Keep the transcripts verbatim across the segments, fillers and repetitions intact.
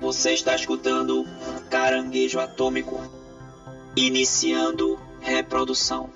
Você está escutando Caranguejo Atômico. Iniciando reprodução.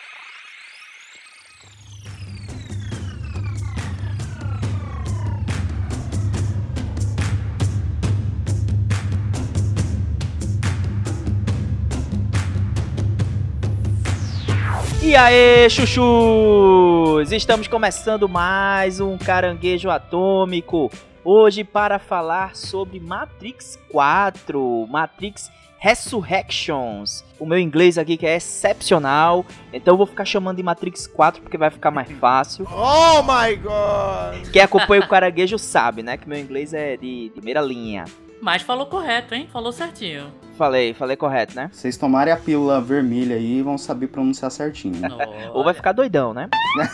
E aí, chuchus! Estamos começando mais um Caranguejo Atômico. Hoje para falar sobre Matrix quatro, Matrix Resurrections. O meu inglês aqui que é excepcional, então eu vou ficar chamando de Matrix quatro porque vai ficar mais fácil. Oh my God! Quem acompanha o Caranguejo sabe, né, que meu inglês é de, de primeira linha. Mas falou correto, hein? Falou certinho. Falei, falei correto, né? Vocês tomarem a pílula vermelha aí e vão saber pronunciar certinho. Ou vai ficar doidão, né?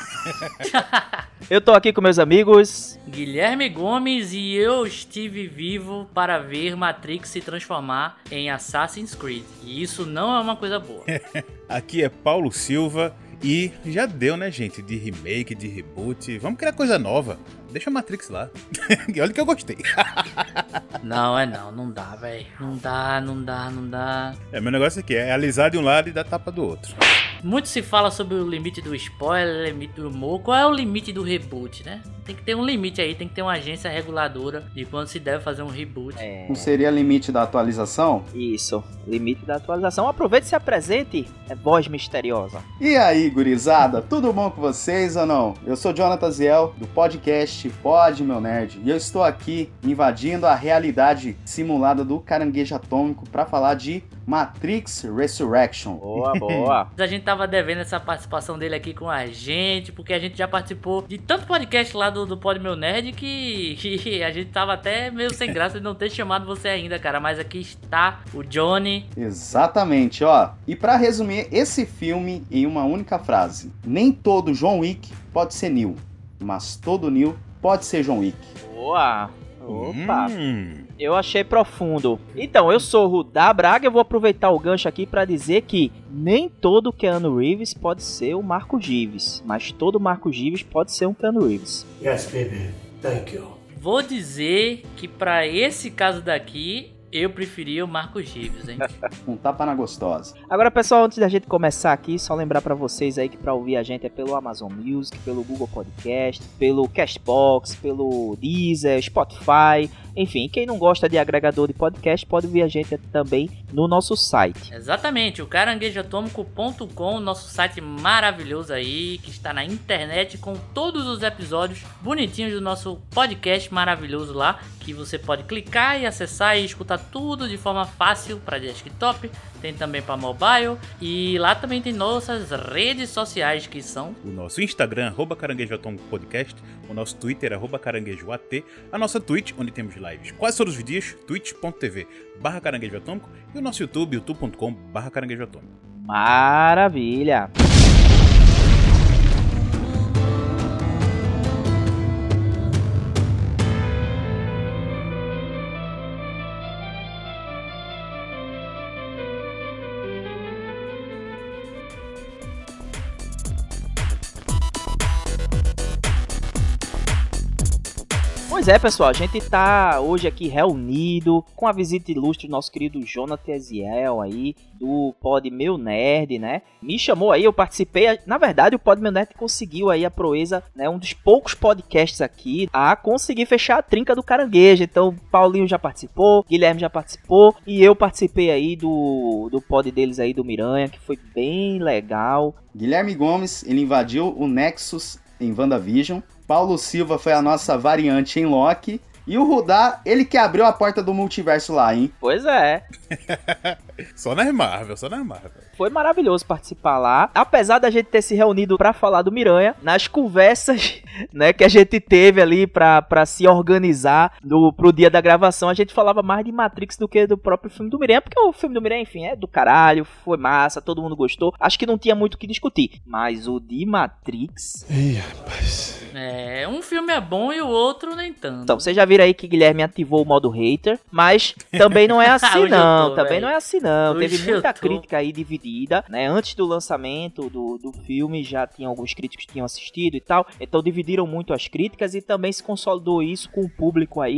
Eu tô aqui com meus amigos Guilherme Gomes e eu estive vivo para ver Matrix se transformar em Assassin's Creed. E isso não é uma coisa boa. Aqui é Paulo Silva e já deu, né, gente? De remake, de reboot. Vamos criar coisa nova. Deixa a Matrix lá. E olha que eu gostei. Não, é não. Não dá, velho. Não dá, não dá, não dá. É, meu negócio aqui é alisar de um lado e dar tapa do outro. Muito se fala sobre o limite do spoiler, limite do humor. Qual é o limite do reboot, né? Tem que ter um limite aí, tem que ter uma agência reguladora de quando se deve fazer um reboot. É... Não seria limite da atualização? Isso, limite da atualização. Aproveite e se apresente, é voz misteriosa. E aí, gurizada, tudo bom com vocês ou não? Eu sou Jonathan Ziel, do podcast Pod Meu Nerd, e eu estou aqui invadindo a realidade simulada do Caranguejo Atômico para falar de Matrix Resurrection. Boa, boa. A gente tava devendo essa participação dele aqui com a gente, porque a gente já participou de tanto podcast lá do, do Pod Meu Nerd que, que a gente tava até meio sem graça de não ter chamado você ainda, cara. Mas aqui está o Johnny. Exatamente, ó. E para resumir esse filme em uma única frase: nem todo John Wick pode ser Neo, mas todo Neo pode ser John Wick. Boa. Opa. Hum. Eu achei profundo. Então, eu sou o Rudá Braga, eu vou aproveitar o gancho aqui para dizer que nem todo Keanu Reeves pode ser o Marco Gives, mas todo Marco Gives pode ser um Keanu Reeves. Yes, baby. Thank you. Vou dizer que pra esse caso daqui, eu preferia o Marco Gives, hein? Um tapa na gostosa. Agora, pessoal, antes da gente começar aqui, só lembrar pra vocês aí que pra ouvir a gente é pelo Amazon Music, pelo Google Podcast, pelo Castbox, pelo Deezer, Spotify, enfim, quem não gosta de agregador de podcast pode ouvir a gente também no nosso site. Exatamente, o caranguejo atômico ponto com, nosso site maravilhoso aí, que está na internet com todos os episódios bonitinhos do nosso podcast maravilhoso lá, que você pode clicar e acessar e escutar tudo de forma fácil para desktop, tem também para mobile, e lá também tem nossas redes sociais que são o nosso Instagram, arroba Caranguejo Atômico Podcast, o nosso Twitter, arroba Caranguejo A T, a nossa Twitch, onde temos lives quase todos os dias, twitch ponto tv barra Caranguejo Atômico, e o nosso YouTube, youtube ponto com barra Caranguejo Atômico. Maravilha! Pois é, pessoal, a gente tá hoje aqui reunido com a visita ilustre do nosso querido Jonathan Eziel aí, do Pod Meu Nerd, né? Me chamou aí, eu participei, na verdade o Pod Meu Nerd conseguiu aí a proeza, né, um dos poucos podcasts aqui a conseguir fechar a trinca do caranguejo. Então, Paulinho já participou, Guilherme já participou e eu participei aí do, do pod deles aí do Miranha, que foi bem legal. Guilherme Gomes, ele invadiu o Nexus em WandaVision. Paulo Silva foi a nossa variante em Loki. E o Rudá, ele que abriu a porta do multiverso lá, hein? Pois é. Só nas Marvel, só nas Marvel. Foi maravilhoso participar lá. Apesar da gente ter se reunido pra falar do Miranha, nas conversas, né, que a gente teve ali pra, pra se organizar do, pro dia da gravação, a gente falava mais de Matrix do que do próprio filme do Miranha, porque o filme do Miranha, enfim, é do caralho, foi massa, todo mundo gostou. Acho que não tinha muito o que discutir. Mas o de Matrix... Ih, rapaz... É, um filme é bom e o outro nem tanto. Então, vocês já viram aí que Guilherme ativou o modo hater, mas também não é assim não, tô, também véio. não é assim não. Hoje Teve muita eu tô. crítica aí dividida, né? Antes do lançamento do, do filme, já tinha alguns críticos que tinham assistido e tal, então dividiram muito as críticas e também se consolidou isso com o público aí.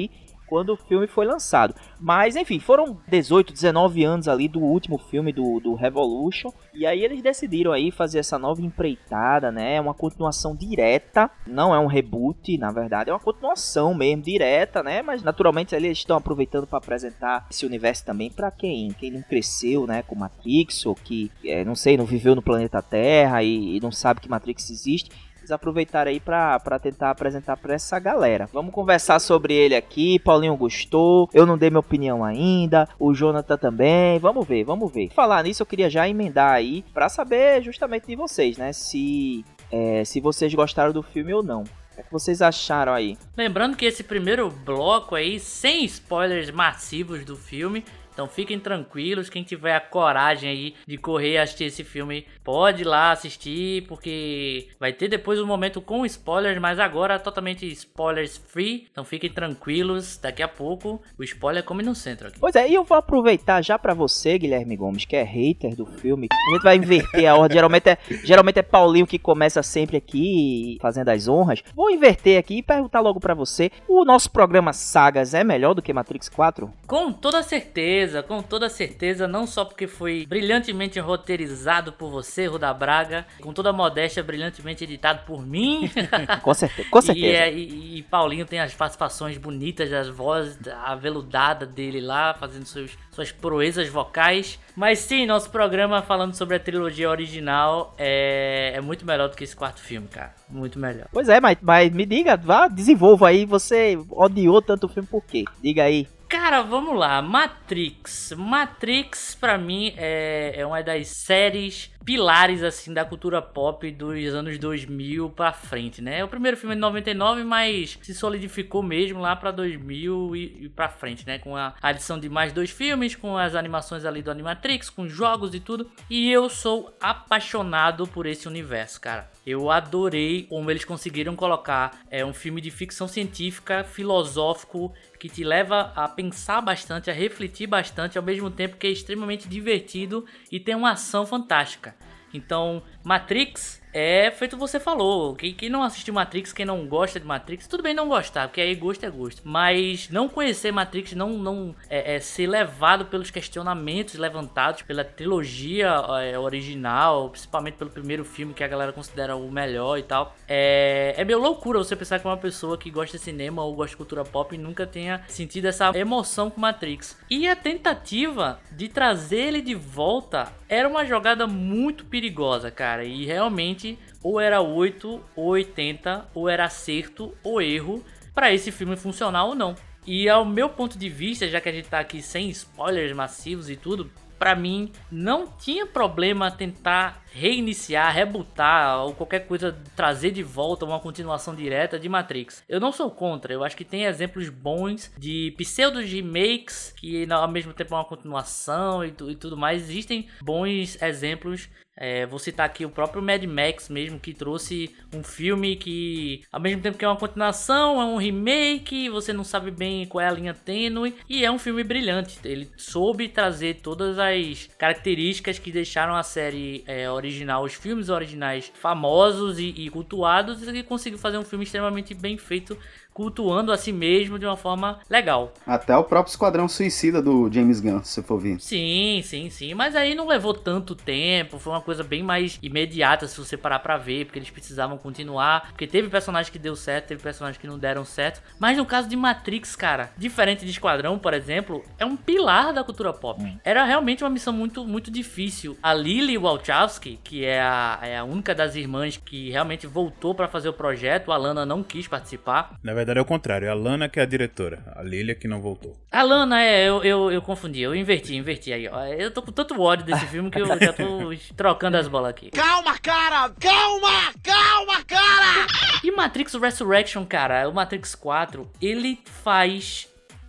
quando o filme foi lançado. Mas, enfim, foram dezoito, dezenove anos ali do último filme do, do Revolution. E aí eles decidiram aí fazer essa nova empreitada, né? É uma continuação direta, não é um reboot, na verdade, é uma continuação mesmo, direta, né? Mas naturalmente eles estão aproveitando para apresentar esse universo também para quem? Quem não cresceu, né, com Matrix, ou que, é, não sei, não viveu no planeta Terra e, e não sabe que Matrix existe. Aproveitaram aí pra, pra tentar apresentar pra essa galera. Vamos conversar sobre ele aqui. Paulinho gostou, eu não dei minha opinião ainda, o Jonathan também. Vamos ver, vamos ver. Falar nisso, eu queria já emendar aí pra saber justamente de vocês, né? Se, é, se vocês gostaram do filme ou não. O que vocês acharam aí? Lembrando que esse primeiro bloco aí, sem spoilers massivos do filme. Então fiquem tranquilos, quem tiver a coragem aí de correr e assistir esse filme, pode ir lá assistir, porque vai ter depois um momento com spoilers, mas agora totalmente spoilers free. Então fiquem tranquilos, daqui a pouco o spoiler come no centro aqui. Pois é, e eu vou aproveitar já pra você, Guilherme Gomes, que é hater do filme. A gente vai inverter a ordem, geralmente é, geralmente é Paulinho que começa sempre aqui fazendo as honras. Vou inverter aqui e perguntar logo pra você, o nosso programa Sagas é melhor do que Matrix quatro? Com toda certeza. Com toda certeza, não só porque foi brilhantemente roteirizado por você, Ruda Braga, com toda a modéstia, brilhantemente editado por mim. Com certeza, com certeza. E, é, e, e Paulinho tem as participações bonitas, as vozes aveludada dele lá, fazendo seus, suas proezas vocais. Mas sim, nosso programa falando sobre a trilogia original é, é muito melhor do que esse quarto filme, cara. Muito melhor. Pois é, mas, mas me diga, vá, desenvolva aí, você odiou tanto o filme por quê? Diga aí. Cara, vamos lá, Matrix. Matrix, pra mim, é, é uma das séries pilares, assim, da cultura pop dos anos dois mil pra frente, né? O primeiro filme é de noventa e nove, mas se solidificou mesmo lá pra dois mil e, e pra frente, né? Com a adição de mais dois filmes, com as animações ali do Animatrix, com jogos e tudo. E eu sou apaixonado por esse universo, cara. Eu adorei como eles conseguiram colocar é, um filme de ficção científica, filosófico, que te leva a pensar bastante, a refletir bastante, ao mesmo tempo que é extremamente divertido e tem uma ação fantástica. Então, Matrix é feito o que você falou. Quem, quem não assistiu Matrix, quem não gosta de Matrix, tudo bem não gostar, porque aí gosto é gosto. Mas não conhecer Matrix, não, não é, é ser levado pelos questionamentos levantados pela trilogia é, original, principalmente pelo primeiro filme, que a galera considera o melhor e tal. É, é meio loucura você pensar que uma pessoa que gosta de cinema ou gosta de cultura pop nunca tenha sentido essa emoção com Matrix. E a tentativa de trazer ele de volta era uma jogada muito perigosa, cara. E realmente ou era oito ou oitenta, ou era acerto ou erro para esse filme funcionar ou não. E ao meu ponto de vista, já que a gente tá aqui sem spoilers massivos e tudo, pra mim não tinha problema tentar reiniciar, rebootar ou qualquer coisa, trazer de volta uma continuação direta de Matrix. Eu não sou contra, eu acho que tem exemplos bons de pseudo remakes que ao mesmo tempo é uma continuação e, tu, e tudo mais. Existem bons exemplos. É, vou citar aqui o próprio Mad Max mesmo, que trouxe um filme que ao mesmo tempo que é uma continuação, é um remake, você não sabe bem qual é a linha tênue, e é um filme brilhante. Ele soube trazer todas as características que deixaram a série é, original, os filmes originais famosos e, e cultuados, e conseguiu fazer um filme extremamente bem feito, cultuando a si mesmo de uma forma legal. Até o próprio Esquadrão Suicida do James Gunn, se for ver. Sim, sim, sim. Mas aí não levou tanto tempo. Foi uma coisa bem mais imediata, se você parar pra ver. Porque eles precisavam continuar. Porque teve personagens que deu certo, teve personagens que não deram certo. Mas no caso de Matrix, cara, diferente de Esquadrão, por exemplo, é um pilar da cultura pop. Era realmente uma missão muito, muito difícil. A Lily Wachowski, que é a, é a única das irmãs que realmente voltou pra fazer o projeto. A Lana não quis participar. Na verdade, é o contrário, é a Lana que é a diretora, a Lilia que não voltou. A Lana, é, eu, eu, eu confundi, eu inverti, inverti aí, ó. Eu tô com tanto ódio desse filme que eu já tô trocando as bolas aqui. Calma, cara! Calma! Calma, cara! E Matrix Resurrection, cara, o Matrix quatro, ele faz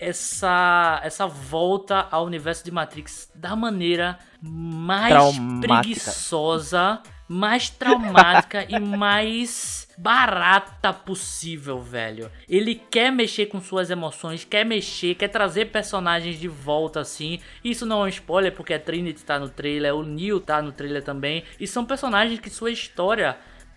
essa, essa volta ao universo de Matrix da maneira mais Traumática. preguiçosa, mais traumática e mais barata possível, velho. Ele quer mexer com suas emoções, quer mexer, quer trazer personagens de volta, assim. Isso não é um spoiler, porque a Trinity tá no trailer, o Neo tá no trailer também. E são personagens que sua história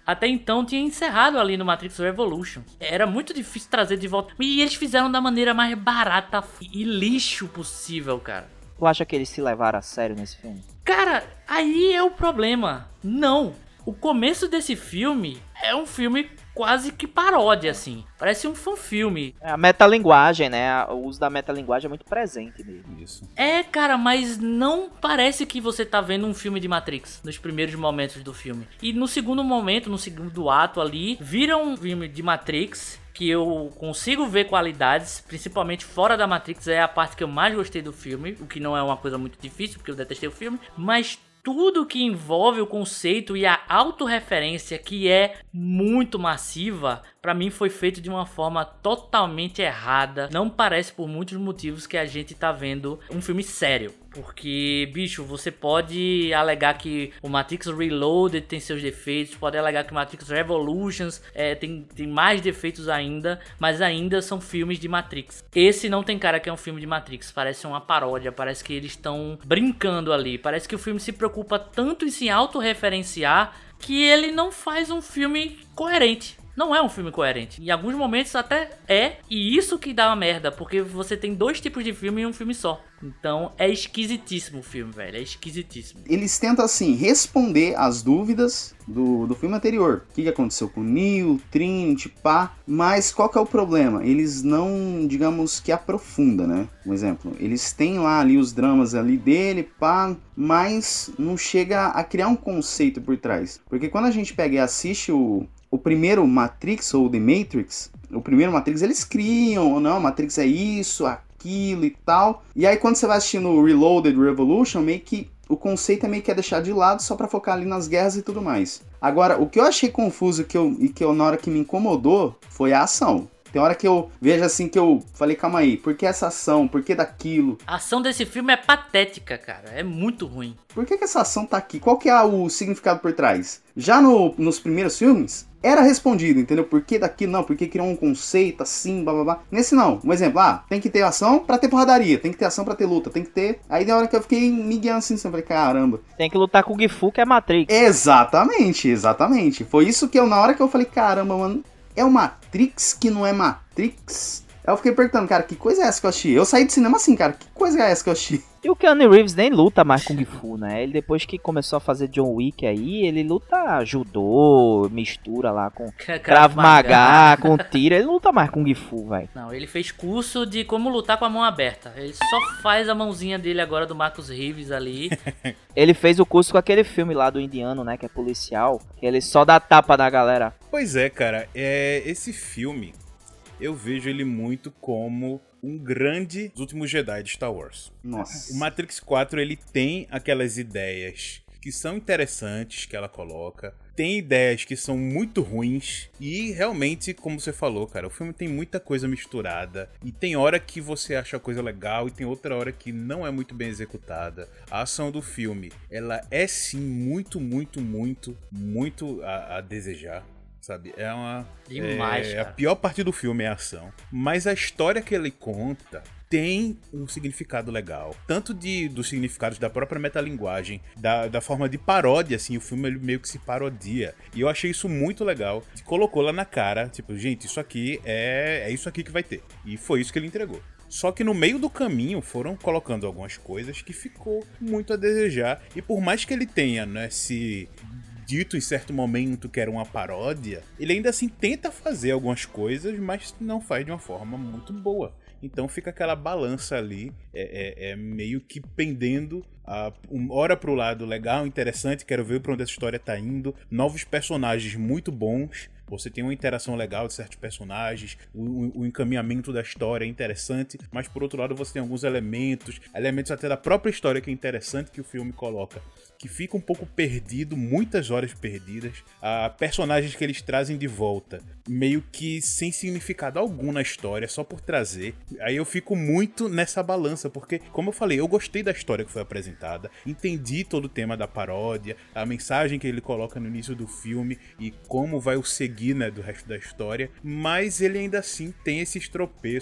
até então tinha encerrado ali no Matrix Revolution. Era muito difícil trazer de volta. E eles fizeram da maneira mais barata e lixo possível, cara. Tu acha que eles se levaram a sério nesse filme? Cara, aí é o problema. Não. O começo desse filme é um filme quase que paródia, assim. Parece um fanfilme. A metalinguagem, né? O uso da metalinguagem é muito presente mesmo. Isso. É, cara, mas não parece que você tá vendo um filme de Matrix nos primeiros momentos do filme. E no segundo momento, no segundo ato ali, vira um filme de Matrix que eu consigo ver qualidades, principalmente fora da Matrix, é a parte que eu mais gostei do filme, o que não é uma coisa muito difícil, porque eu detestei o filme, mas tudo que envolve o conceito e a autorreferência, que é muito massiva, pra mim foi feito de uma forma totalmente errada. Não parece, por muitos motivos, que a gente tá vendo um filme sério. Porque, bicho, você pode alegar que o Matrix Reloaded tem seus defeitos, pode alegar que o Matrix Revolutions é, tem, tem mais defeitos ainda, mas ainda são filmes de Matrix. Esse não tem cara que é um filme de Matrix, parece uma paródia, parece que eles estão brincando ali, parece que o filme se preocupa tanto em se autorreferenciar que ele não faz um filme coerente. Não é um filme coerente. Em alguns momentos até é, e isso que dá uma merda, porque você tem dois tipos de filme em um filme só. Então é esquisitíssimo o filme, velho, é esquisitíssimo. Eles tentam, assim, responder as dúvidas do, do filme anterior. O que, que aconteceu com o Neo, Trinity, pá. Mas qual que é o problema? Eles não, digamos que aprofunda, né? Um exemplo, eles têm lá ali os dramas ali dele, pá, mas não chega a criar um conceito por trás. Porque quando a gente pega e assiste o... O primeiro Matrix, ou The Matrix, o primeiro Matrix, eles criam, não, Matrix é isso, aquilo e tal. E aí quando você vai assistindo o Reloaded Revolution, meio que o conceito é meio que é deixar de lado só pra focar ali nas guerras e tudo mais. Agora, o que eu achei confuso que eu, e que eu, na hora que me incomodou foi a ação. Tem hora que eu vejo assim que eu falei, calma aí, por que essa ação? Por que daquilo? A ação desse filme é patética, cara. É muito ruim. Por que, que essa ação tá aqui? Qual que é o significado por trás? Já no, nos primeiros filmes, era respondido, entendeu? Por que daquilo? Não, porque criou um conceito assim, blá blá blá. Nesse não. Um exemplo, ah, tem que ter ação pra ter porradaria, tem que ter ação pra ter luta, tem que ter... Aí na hora que eu fiquei me guiando assim, eu falei, caramba. Tem que lutar com o Gifu, que é Matrix. Exatamente, exatamente. Foi isso que eu, na hora que eu falei, caramba, mano, é o Matrix que não é Matrix? Aí eu fiquei perguntando, cara, que coisa é essa que eu assisti? Eu saí do cinema assim, cara, que coisa é essa que eu assisti? E o Keanu Reeves nem luta mais com o Gifu, né? Ele depois que começou a fazer John Wick aí, ele luta judô, mistura lá com Krav Maga, com tiro. Ele luta mais com o Gifu, velho. Não, ele fez curso de como lutar com a mão aberta. Ele só faz a mãozinha dele agora do Marcus Reeves ali. Ele fez o curso com aquele filme lá do indiano, né? Que é policial. Que ele só dá tapa na galera. Pois é, cara. É, esse filme, eu vejo ele muito como um grande Os Últimos Jedi de Star Wars. Nossa. O Matrix quatro, ele tem aquelas ideias que são interessantes que ela coloca. Tem ideias que são muito ruins. E realmente, como você falou, cara, o filme tem muita coisa misturada. E tem hora que você acha a coisa legal e tem outra hora que não é muito bem executada. A ação do filme, ela é sim muito, muito, muito, muito a, a desejar. Sabe, é uma... Demais, é, cara. A pior parte do filme é a ação. Mas a história que ele conta tem um significado legal. Tanto de, dos significados da própria metalinguagem, da, da forma de paródia, assim, o filme ele meio que se parodia. E eu achei isso muito legal. Colocou lá na cara, tipo, gente, isso aqui é, é isso aqui que vai ter. E foi isso que ele entregou. Só que no meio do caminho foram colocando algumas coisas que ficou muito a desejar. E por mais que ele tenha, né, se... dito em certo momento que era uma paródia, ele ainda assim tenta fazer algumas coisas, mas não faz de uma forma muito boa. Então fica aquela balança ali, é, é, é meio que pendendo, a, uma hora pro lado legal, interessante, quero ver pra onde essa história tá indo, novos personagens muito bons, você tem uma interação legal de certos personagens, o, o encaminhamento da história é interessante, mas por outro lado você tem alguns elementos, elementos até da própria história que é interessante que o filme coloca, que fica um pouco perdido, muitas horas perdidas, a personagens que eles trazem de volta, meio que sem significado algum na história, só por trazer. Aí eu fico muito nessa balança, porque, como eu falei, eu gostei da história que foi apresentada, entendi todo o tema da paródia, a mensagem que ele coloca no início do filme e como vai o seguir, né, do resto da história, mas ele ainda assim tem esses tropeços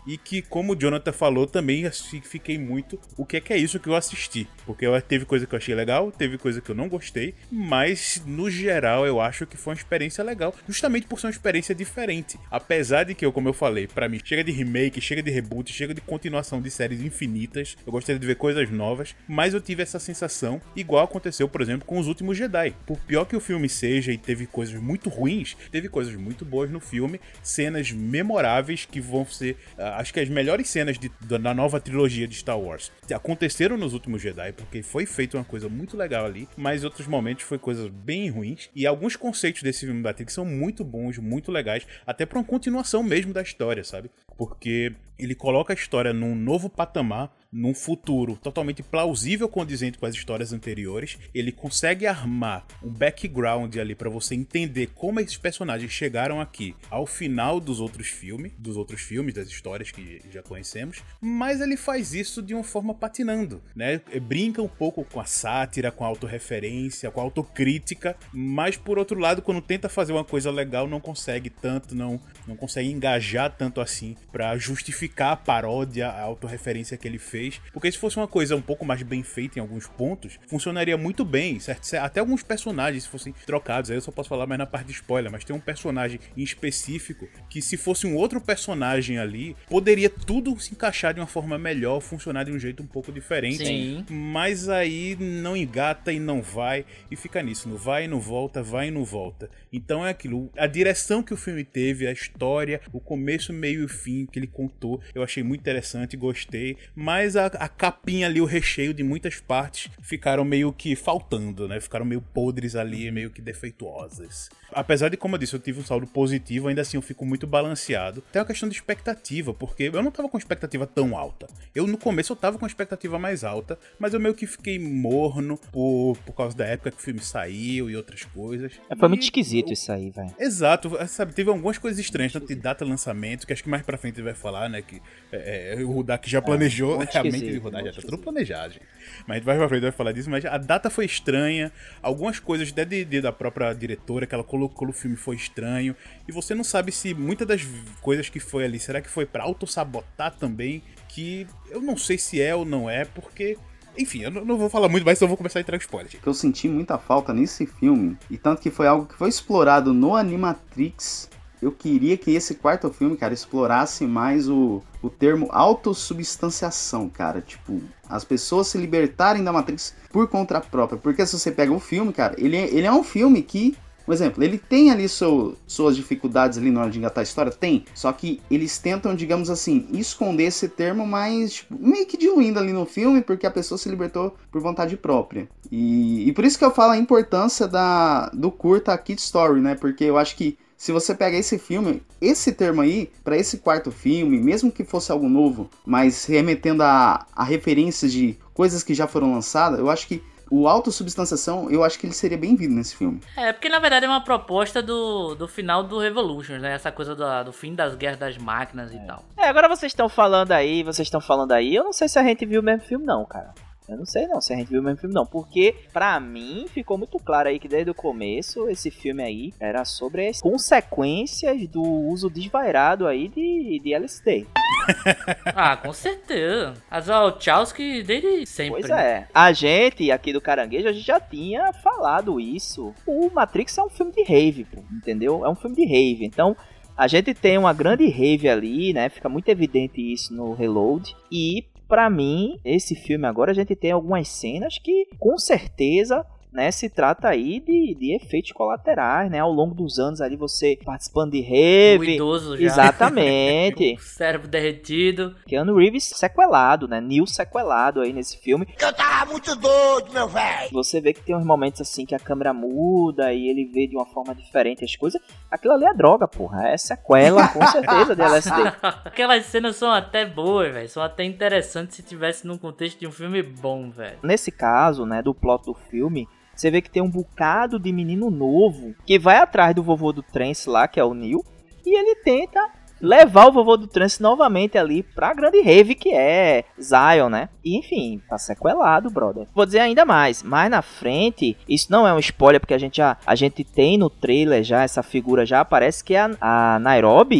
e que, como o Jonathan falou, também fiquei muito o que é que é isso que eu assisti. Porque teve coisa que eu achei legal, teve coisa que eu não gostei, mas no geral eu acho que foi uma experiência legal, justamente por ser uma experiência diferente. Apesar de que, eu, como eu falei, pra mim chega de remake, chega de reboot, chega de continuação de séries infinitas, eu gostaria de ver coisas novas, mas eu tive essa sensação, igual aconteceu, por exemplo, com Os Últimos Jedi. Por pior que o filme seja e teve coisas muito ruins, teve coisas muito boas no filme, cenas memoráveis que vão ser, uh, acho que as melhores cenas de, da nova trilogia de Star Wars aconteceram nos Últimos Jedi, porque foi feita uma coisa muito legal ali, mas em outros momentos foi coisas bem ruins, e alguns conceitos desse filme da Matrix são muito bons, muito legais, até pra uma continuação mesmo da história, sabe? Porque ele coloca a história num novo patamar, num futuro totalmente plausível, condizente com as histórias anteriores. Ele consegue armar um background ali pra você entender como esses personagens chegaram aqui ao final dos outros filmes, dos outros filmes, das histórias que já conhecemos, mas ele faz isso de uma forma patinando, né? Brinca um pouco com a sátira, com a autorreferência, com a autocrítica, mas por outro lado, quando tenta fazer uma coisa legal, não consegue tanto, não, não consegue engajar tanto assim pra justificar a paródia, a autorreferência que ele fez. Porque se fosse uma coisa um pouco mais bem feita em alguns pontos, funcionaria muito bem, certo? Até alguns personagens, se fossem trocados, aí eu só posso falar mais na parte de spoiler, mas tem um personagem em específico que, se fosse um outro personagem ali, poderia tudo se encaixar de uma forma melhor, funcionar de um jeito um pouco diferente. Sim. Mas aí não engata e não vai, e fica nisso, não vai e não volta, vai e não volta. Então é aquilo, a direção que o filme teve, a história, o começo, meio e fim que ele contou, eu achei muito interessante, gostei, mas a, a capinha ali, o recheio de muitas partes ficaram meio que faltando, né? Ficaram meio podres ali, meio que defeituosas. Apesar de, como eu disse, eu tive um saldo positivo, ainda assim eu fico muito balanceado. Tem uma questão de expectativa, porque eu não tava com expectativa tão alta. Eu, no começo, eu tava com expectativa mais alta, mas eu meio que fiquei morno por, por causa da época que o filme saiu e outras coisas. É, foi muito e esquisito eu... isso aí, velho. Exato, sabe, teve algumas coisas estranhas, tanto de data de lançamento, que acho que mais pra frente ele vai falar, né, que é, é, o Rudak já planejou, é, realmente de Rudak já tá tudo planejado, gente. Mas mais pra frente vai falar disso, mas a data foi estranha, algumas coisas até de, de, da própria diretora que ela colocou no filme foi estranho, e você não sabe se muitas das coisas que foi ali, será que foi pra autossabotar também, que eu não sei se é ou não é, porque... Enfim, eu não vou falar muito mais, só vou começar a entrar com spoiler. Que eu senti muita falta nesse filme, e tanto que foi algo que foi explorado no Animatrix. Eu queria que esse quarto filme, cara, explorasse mais o, o termo autossubstanciação, cara. Tipo, as pessoas se libertarem da Matrix por conta própria. Porque se você pega o filme, cara, ele é, ele é um filme que... Por exemplo, ele tem ali seu, suas dificuldades ali na hora de engatar a história? Tem. Só que eles tentam, digamos assim, esconder esse termo, mas tipo, meio que diluindo ali no filme, porque a pessoa se libertou por vontade própria. E, e por isso que eu falo a importância da, do curta Kid Story, né? Porque eu acho que se você pega esse filme, esse termo aí, para esse quarto filme, mesmo que fosse algo novo, mas remetendo a, a referências de coisas que já foram lançadas, eu acho que o autossubstanciação, eu acho que ele seria bem-vindo nesse filme. É, porque na verdade é uma proposta do, do final do Revolutions, né? Essa coisa do, do fim das guerras das máquinas e é. tal. É, agora vocês estão falando aí, vocês estão falando aí, eu não sei se a gente viu o mesmo filme não, cara. Eu não sei não se a gente viu o mesmo filme não, porque pra mim ficou muito claro aí que desde o começo esse filme aí era sobre as consequências do uso desvairado aí de, de L S D. Ah, com certeza. As Wachowski desde sempre. Pois é. A gente aqui do Caranguejo, a gente já tinha falado isso. O Matrix é um filme de rave, pô, entendeu? É um filme de rave, então... A gente tem uma grande rave ali, né? Fica muito evidente isso no Reload. E, pra mim, esse filme agora, a gente tem algumas cenas que, com certeza, né, se trata aí de, de efeitos colaterais, né? Ao longo dos anos ali, você participando de rave. O idoso já. Exatamente. O cérebro derretido. Keanu Reeves sequelado, né? Neil sequelado aí nesse filme. Eu tava muito doido, meu velho. Você vê que tem uns momentos assim que a câmera muda e ele vê de uma forma diferente as coisas. Aquilo ali é droga, porra. É sequela, com certeza, de L S D. Aquelas cenas são até boas, velho. São até interessantes se tivesse num contexto de um filme bom, velho. Nesse caso, né, do plot do filme, você vê que tem um bocado de menino novo que vai atrás do vovô do Trance lá, que é o Neil, e ele tenta levar o vovô do Trance novamente ali pra grande rave que é Zion, né? E, enfim, tá sequelado, brother. Vou dizer ainda mais, mais na frente, isso não é um spoiler, porque a gente já a gente tem no trailer já, essa figura já aparece, que é a, a Nairobi,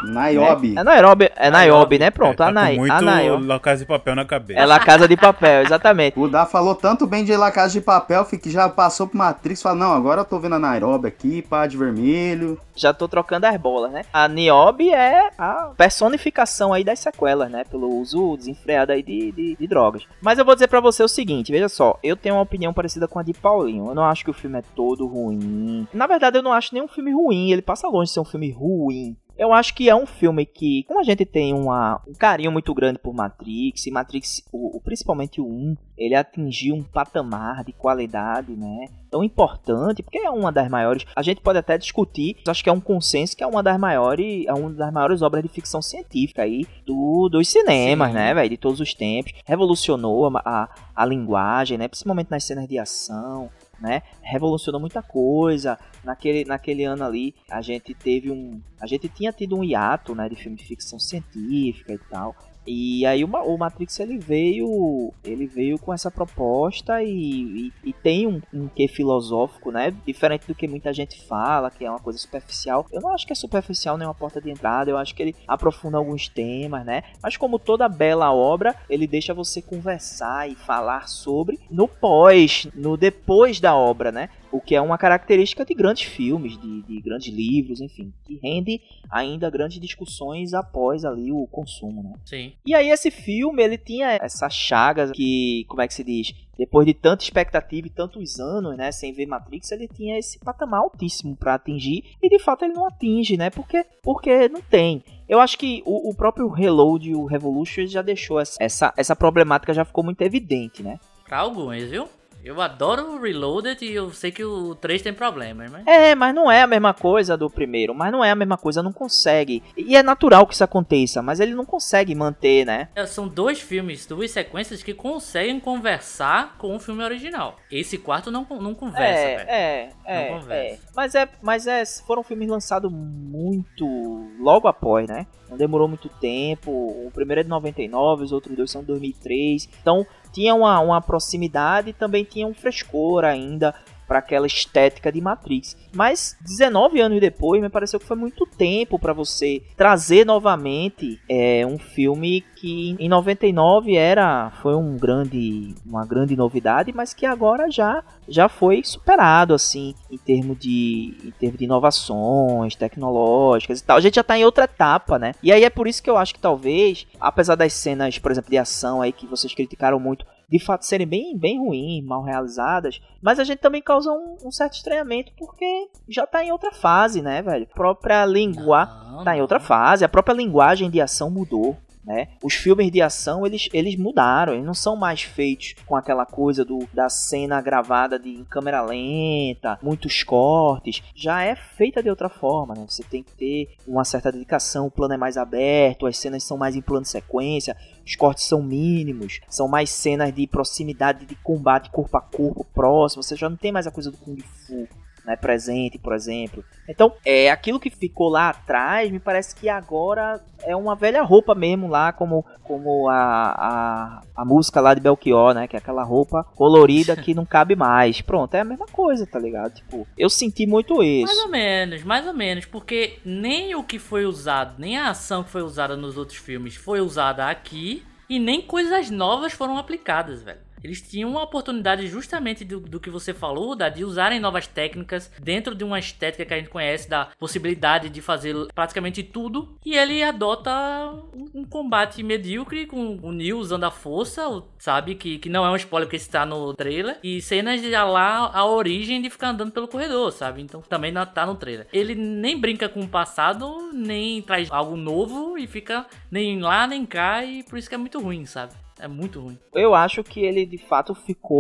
Niobe. É Nairobi, é Niobe, né? Pronto, É, tá a Nai- com muito a Niobe. La Casa de Papel na cabeça. É La Casa de Papel, exatamente. O Dá falou tanto bem de La Casa de Papel, que já passou pro Matrix, fala, não, agora eu tô vendo a Nairobi aqui, pá de vermelho. Já tô trocando as bolas, né? A Niobe é a personificação aí das sequelas, né? Pelo uso desenfreado aí de, de, de drogas. Mas eu vou dizer pra você o seguinte, veja só, eu tenho uma opinião parecida com a de Paulinho. Eu não acho que o filme é todo ruim. Na verdade, eu não acho nenhum filme ruim, ele passa longe de ser um filme ruim. Eu acho que é um filme que, como a gente tem uma, um carinho muito grande por Matrix, e Matrix, o, o, principalmente o um, ele atingiu um patamar de qualidade, né, tão importante, porque é uma das maiores, a gente pode até discutir, acho que é um consenso que é uma das maiores, é uma das maiores obras de ficção científica aí do, dos cinemas, Sim. né, velho, de todos os tempos, revolucionou a, a, a linguagem, né, principalmente nas cenas de ação, né, revolucionou muita coisa. Naquele, naquele ano ali, a gente teve um... A gente tinha tido um hiato, né, de filme de ficção científica e tal. E aí o, o Matrix, ele veio... Ele veio com essa proposta e, e, e tem um, um quê filosófico, né? Diferente do que muita gente fala, que é uma coisa superficial. Eu não acho que é superficial nem uma porta de entrada. Eu acho que ele aprofunda alguns temas, né? Mas como toda bela obra, ele deixa você conversar e falar sobre no pós, no depois da obra, né? O que é uma característica de grandes filmes, de, de grandes livros, enfim, que rende ainda grandes discussões após ali o consumo, né? Sim. E aí esse filme, ele tinha essa chaga que, como é que se diz? Depois de tanta expectativa e tantos anos, né, sem ver Matrix, ele tinha esse patamar altíssimo para atingir, e de fato ele não atinge, né? Porque, porque não tem. Eu acho que o, o próprio Reload e o Revolution já deixou essa, essa, essa problemática, já ficou muito evidente, né? Pra alguns, viu? Eu adoro o Reloaded e eu sei que o três tem problemas, mas... É, mas não é a mesma coisa do primeiro. Mas não é a mesma coisa, não consegue. E é natural que isso aconteça, mas ele não consegue manter, né? São dois filmes, duas sequências que conseguem conversar com o filme original. Esse quarto não, não conversa, é, velho. É, é, não conversa. é. Mas, é, mas é, foram filmes lançados muito logo após, né? Não demorou muito tempo. O primeiro é de noventa e nove, os outros dois são de dois mil e três. Então... tinha uma, uma proximidade e também tinha um frescor ainda para aquela estética de Matrix. Mas dezenove anos depois, me pareceu que foi muito tempo para você trazer novamente é, um filme que em noventa e nove era, foi um grande, uma grande novidade, mas que agora já, já foi superado assim, em termos de, em termos de inovações tecnológicas e tal. A gente já tá em outra etapa, né? E aí é por isso que eu acho que talvez, apesar das cenas, por exemplo, de ação aí que vocês criticaram muito, de fato serem bem, bem ruins, mal realizadas, mas a gente também causa um, um certo estranhamento porque já tá em outra fase, né, velho? A própria linguagem tá em outra fase, a própria linguagem de ação mudou, né? Os filmes de ação, eles, eles mudaram, eles não são mais feitos com aquela coisa do, da cena gravada de, em câmera lenta, muitos cortes, já é feita de outra forma, né? Você tem que ter uma certa dedicação, o plano é mais aberto, as cenas são mais em plano de sequência, os cortes são mínimos, são mais cenas de proximidade, de combate corpo a corpo próximo, você já não tem mais a coisa do Kung Fu, né, presente, por exemplo. Então, é aquilo que ficou lá atrás, me parece que agora é uma velha roupa mesmo lá, como, como a, a, a música lá de Belchior, né, que é aquela roupa colorida que não cabe mais. Pronto, é a mesma coisa, tá ligado? Tipo, eu senti muito isso. Mais ou menos, mais ou menos, porque nem o que foi usado, nem a ação que foi usada nos outros filmes foi usada aqui, e nem coisas novas foram aplicadas, velho. Eles tinham uma oportunidade justamente do, do que você falou, da, de usarem novas técnicas dentro de uma estética que a gente conhece, da possibilidade de fazer praticamente tudo. E ele adota um, um combate medíocre com o Neo usando a força, sabe? Que, que não é um spoiler porque está no trailer. E cenas de lá a origem de ficar andando pelo corredor, sabe? Então também não tá no trailer. Ele nem brinca com o passado, nem traz algo novo e fica nem lá nem cá, e por isso que é muito ruim, sabe? É muito ruim. Eu acho que ele de fato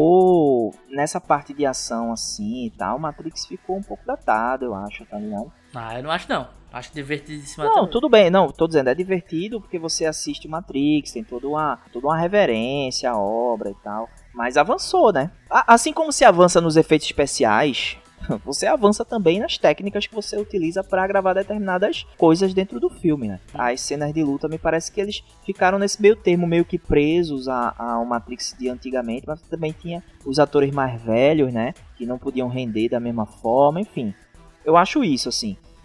ficou nessa parte de ação assim e tal. Matrix ficou um pouco datado, eu acho, tá ligado? Ah, eu não acho não. Acho divertidíssimo. Não, tudo bem, não, tô dizendo, é divertido porque você assiste Matrix, tem toda uma, toda uma reverência à obra e tal. Mas avançou, né? Assim como se avança nos efeitos especiais, você avança também nas técnicas que você utiliza para gravar determinadas coisas dentro do filme, né? As cenas de luta, me parece que eles ficaram nesse meio termo, meio que presos a, ao Matrix de antigamente, mas também tinha os atores mais velhos, né? Que não podiam render da mesma forma, enfim. Eu acho isso, assim.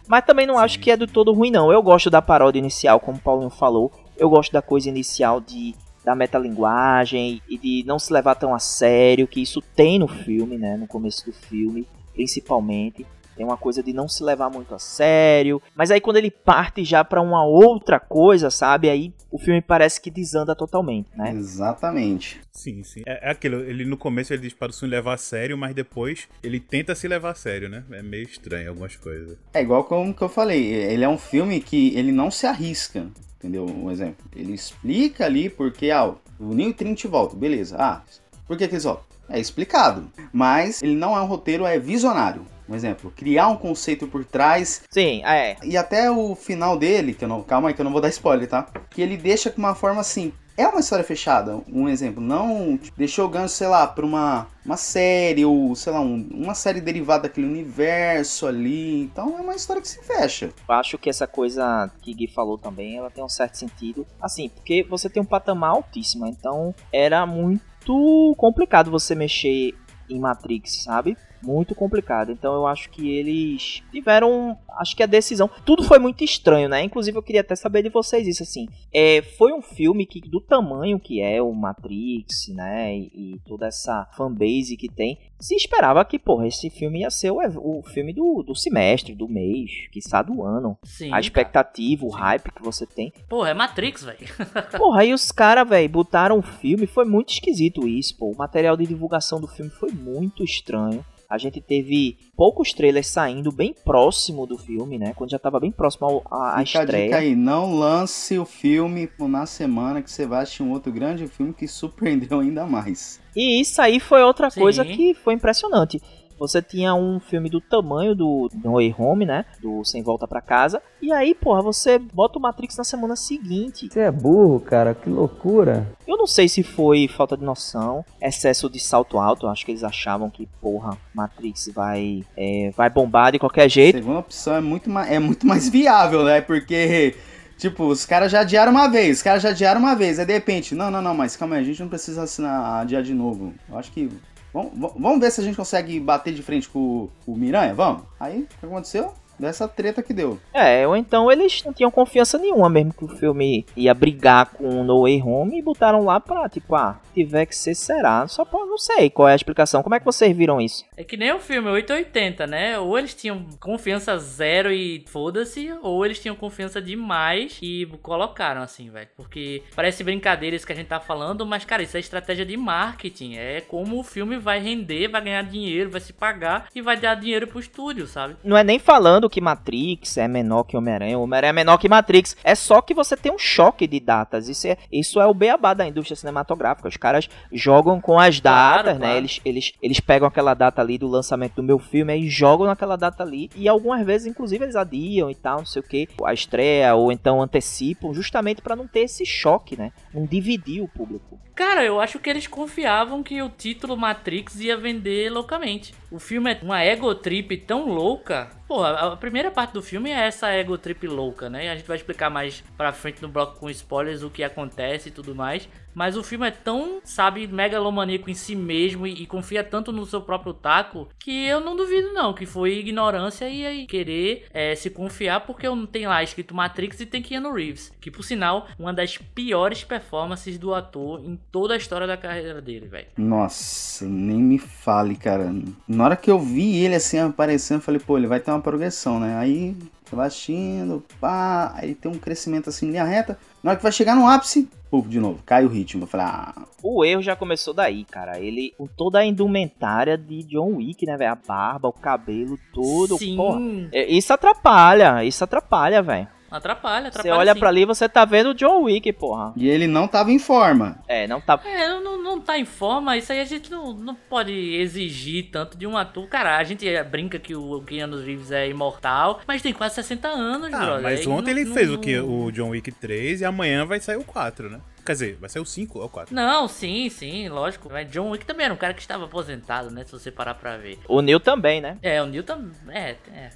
Mas também não acho que é do todo ruim, não. Eu gosto da paródia inicial, como o Paulinho falou. Eu gosto da coisa inicial de, da metalinguagem e de não se levar tão a sério, que isso tem no filme, né? No começo do filme, principalmente. Tem uma coisa de não se levar muito a sério. Mas aí quando ele parte já pra uma outra coisa, sabe? Aí o filme parece que desanda totalmente, né? Exatamente. Sim, sim. É, é aquilo, ele no começo ele diz para se levar a sério, mas depois ele tenta se levar a sério, né? É meio estranho algumas coisas. É igual como que eu falei, ele é um filme que ele não se arrisca, entendeu? Um exemplo. Ele explica ali porque, ah, o Neo e Trinity voltam, beleza. Ah, por que que eles voltam? É explicado. Mas ele não é um roteiro, é visionário. Um exemplo, criar um conceito por trás. Sim, é. E até o final dele, que eu não, calma aí que eu não vou dar spoiler, tá? Que ele deixa com uma forma assim, é uma história fechada, um exemplo, não tipo, deixou o gancho, sei lá, pra uma, uma série, ou sei lá, um, uma série derivada daquele universo ali, então é uma história que se fecha. Eu acho que essa coisa que Gui falou também, ela tem um certo sentido, assim, porque você tem um patamar altíssimo, então era muito complicado você mexer em Matrix, sabe? Muito complicado, então eu acho que eles tiveram, acho que a decisão, tudo foi muito estranho, né, inclusive eu queria até saber de vocês isso, assim, é, foi um filme que do tamanho que é o Matrix, né, e, e toda essa fanbase que tem, se esperava que, porra, esse filme ia ser o, o filme do, do semestre, do mês, quiçá do ano, Sim, a expectativa, cara. o hype que você tem. Porra, é Matrix, velho. Porra, aí os caras, velho, botaram o filme, foi muito esquisito isso, pô, o material de divulgação do filme foi muito estranho. A gente teve poucos trailers saindo bem próximo do filme, né? Quando já tava bem próximo à Fica estreia. A dica aí, não lance o filme na semana que você vai assistir um outro grande filme que surpreendeu ainda mais. E isso aí foi outra Sim. coisa que foi impressionante. Você tinha um filme do tamanho do No Way Home, né? Do Sem Volta Pra Casa. E aí, porra, você bota o Matrix na semana seguinte. Você é burro, cara, que loucura. Eu não sei se foi falta de noção, excesso de salto alto. Eu acho que eles achavam que, porra, Matrix vai, é, vai bombar de qualquer A jeito. segunda opção é muito, mais, é muito mais viável, né? Porque, tipo, os caras já adiaram uma vez, os caras já adiaram uma vez. Aí, de repente, não, não, não, mas calma aí, a gente não precisa assinar adiar de novo. Eu acho que... Vamos, vamos ver se a gente consegue bater de frente com o Miranha? Vamos? Aí, o que aconteceu? Dessa treta que deu. É, ou então eles não tinham confiança nenhuma mesmo que o filme ia brigar com o No Way Home e botaram lá pra, tipo, ah, tiver que ser, será. Só pra, não sei qual é a explicação. Como é que vocês viram isso? É que nem o filme oito ou oitenta, né? Ou eles tinham confiança zero e foda-se, ou eles tinham confiança demais e colocaram assim, velho. Porque parece brincadeira isso que a gente tá falando, mas, cara, isso é estratégia de marketing. É como o filme vai render, vai ganhar dinheiro, vai se pagar e vai dar dinheiro pro estúdio, sabe? Não é nem falando que Matrix é menor que Homem-Aranha, Homem-Aranha é menor que Matrix, é só que você tem um choque de datas, isso é, isso é o beabá da indústria cinematográfica, os caras jogam com as datas, Claro, né, claro. eles, eles, eles pegam aquela data ali do lançamento do meu filme, aí jogam naquela data ali, e algumas vezes, inclusive, eles adiam e tal, não sei o que, a estreia, ou então antecipam, justamente pra não ter esse choque, né, não dividir o público. Cara, eu acho que eles confiavam que o título Matrix ia vender loucamente. O filme é uma ego trip tão louca. Pô, a a primeira parte do filme é essa ego trip louca, né? A gente vai explicar mais pra frente no bloco com spoilers o que acontece e tudo mais. Mas o filme é tão, sabe, megalomaníaco em si mesmo e, e confia tanto no seu próprio taco que eu não duvido não que foi ignorância e aí querer é, se confiar porque eu não tenho lá escrito Matrix e tem Keanu Reeves. Que, por sinal, uma das piores performances do ator em toda a história da carreira dele, velho. Nossa, nem me fale, cara. Na hora que eu vi ele assim aparecendo, eu falei, pô, ele vai ter uma progressão, né? Aí você vai assistindo, pá, aí tem um crescimento assim em linha reta. Na hora que vai chegar no ápice, puf, de novo, cai o ritmo. Eu falei, ah. O erro já começou daí, cara. Ele, com toda a indumentária de John Wick, né, velho? A barba, o cabelo, tudo. Sim. Porra, é, isso atrapalha, isso atrapalha, velho. Atrapalha, Você atrapalha olha sim. pra ali e você tá vendo o John Wick, porra. E ele não tava em forma. É, não tá... É, não, não tá em forma, isso aí a gente não, não pode exigir tanto de um ator. Cara, a gente brinca que o Keanu Reeves é imortal, mas tem quase sessenta anos, Ah, brother. mas Aí ontem não- ele fez não- o, que, o John Wick três e amanhã vai sair o quatro, né? Quer dizer, vai sair o cinco ou o quatro? Não, sim, sim, lógico. Mas John Wick também era um cara que estava aposentado, né? Se você parar pra ver. O Neil também, né? É, o Neil também. É,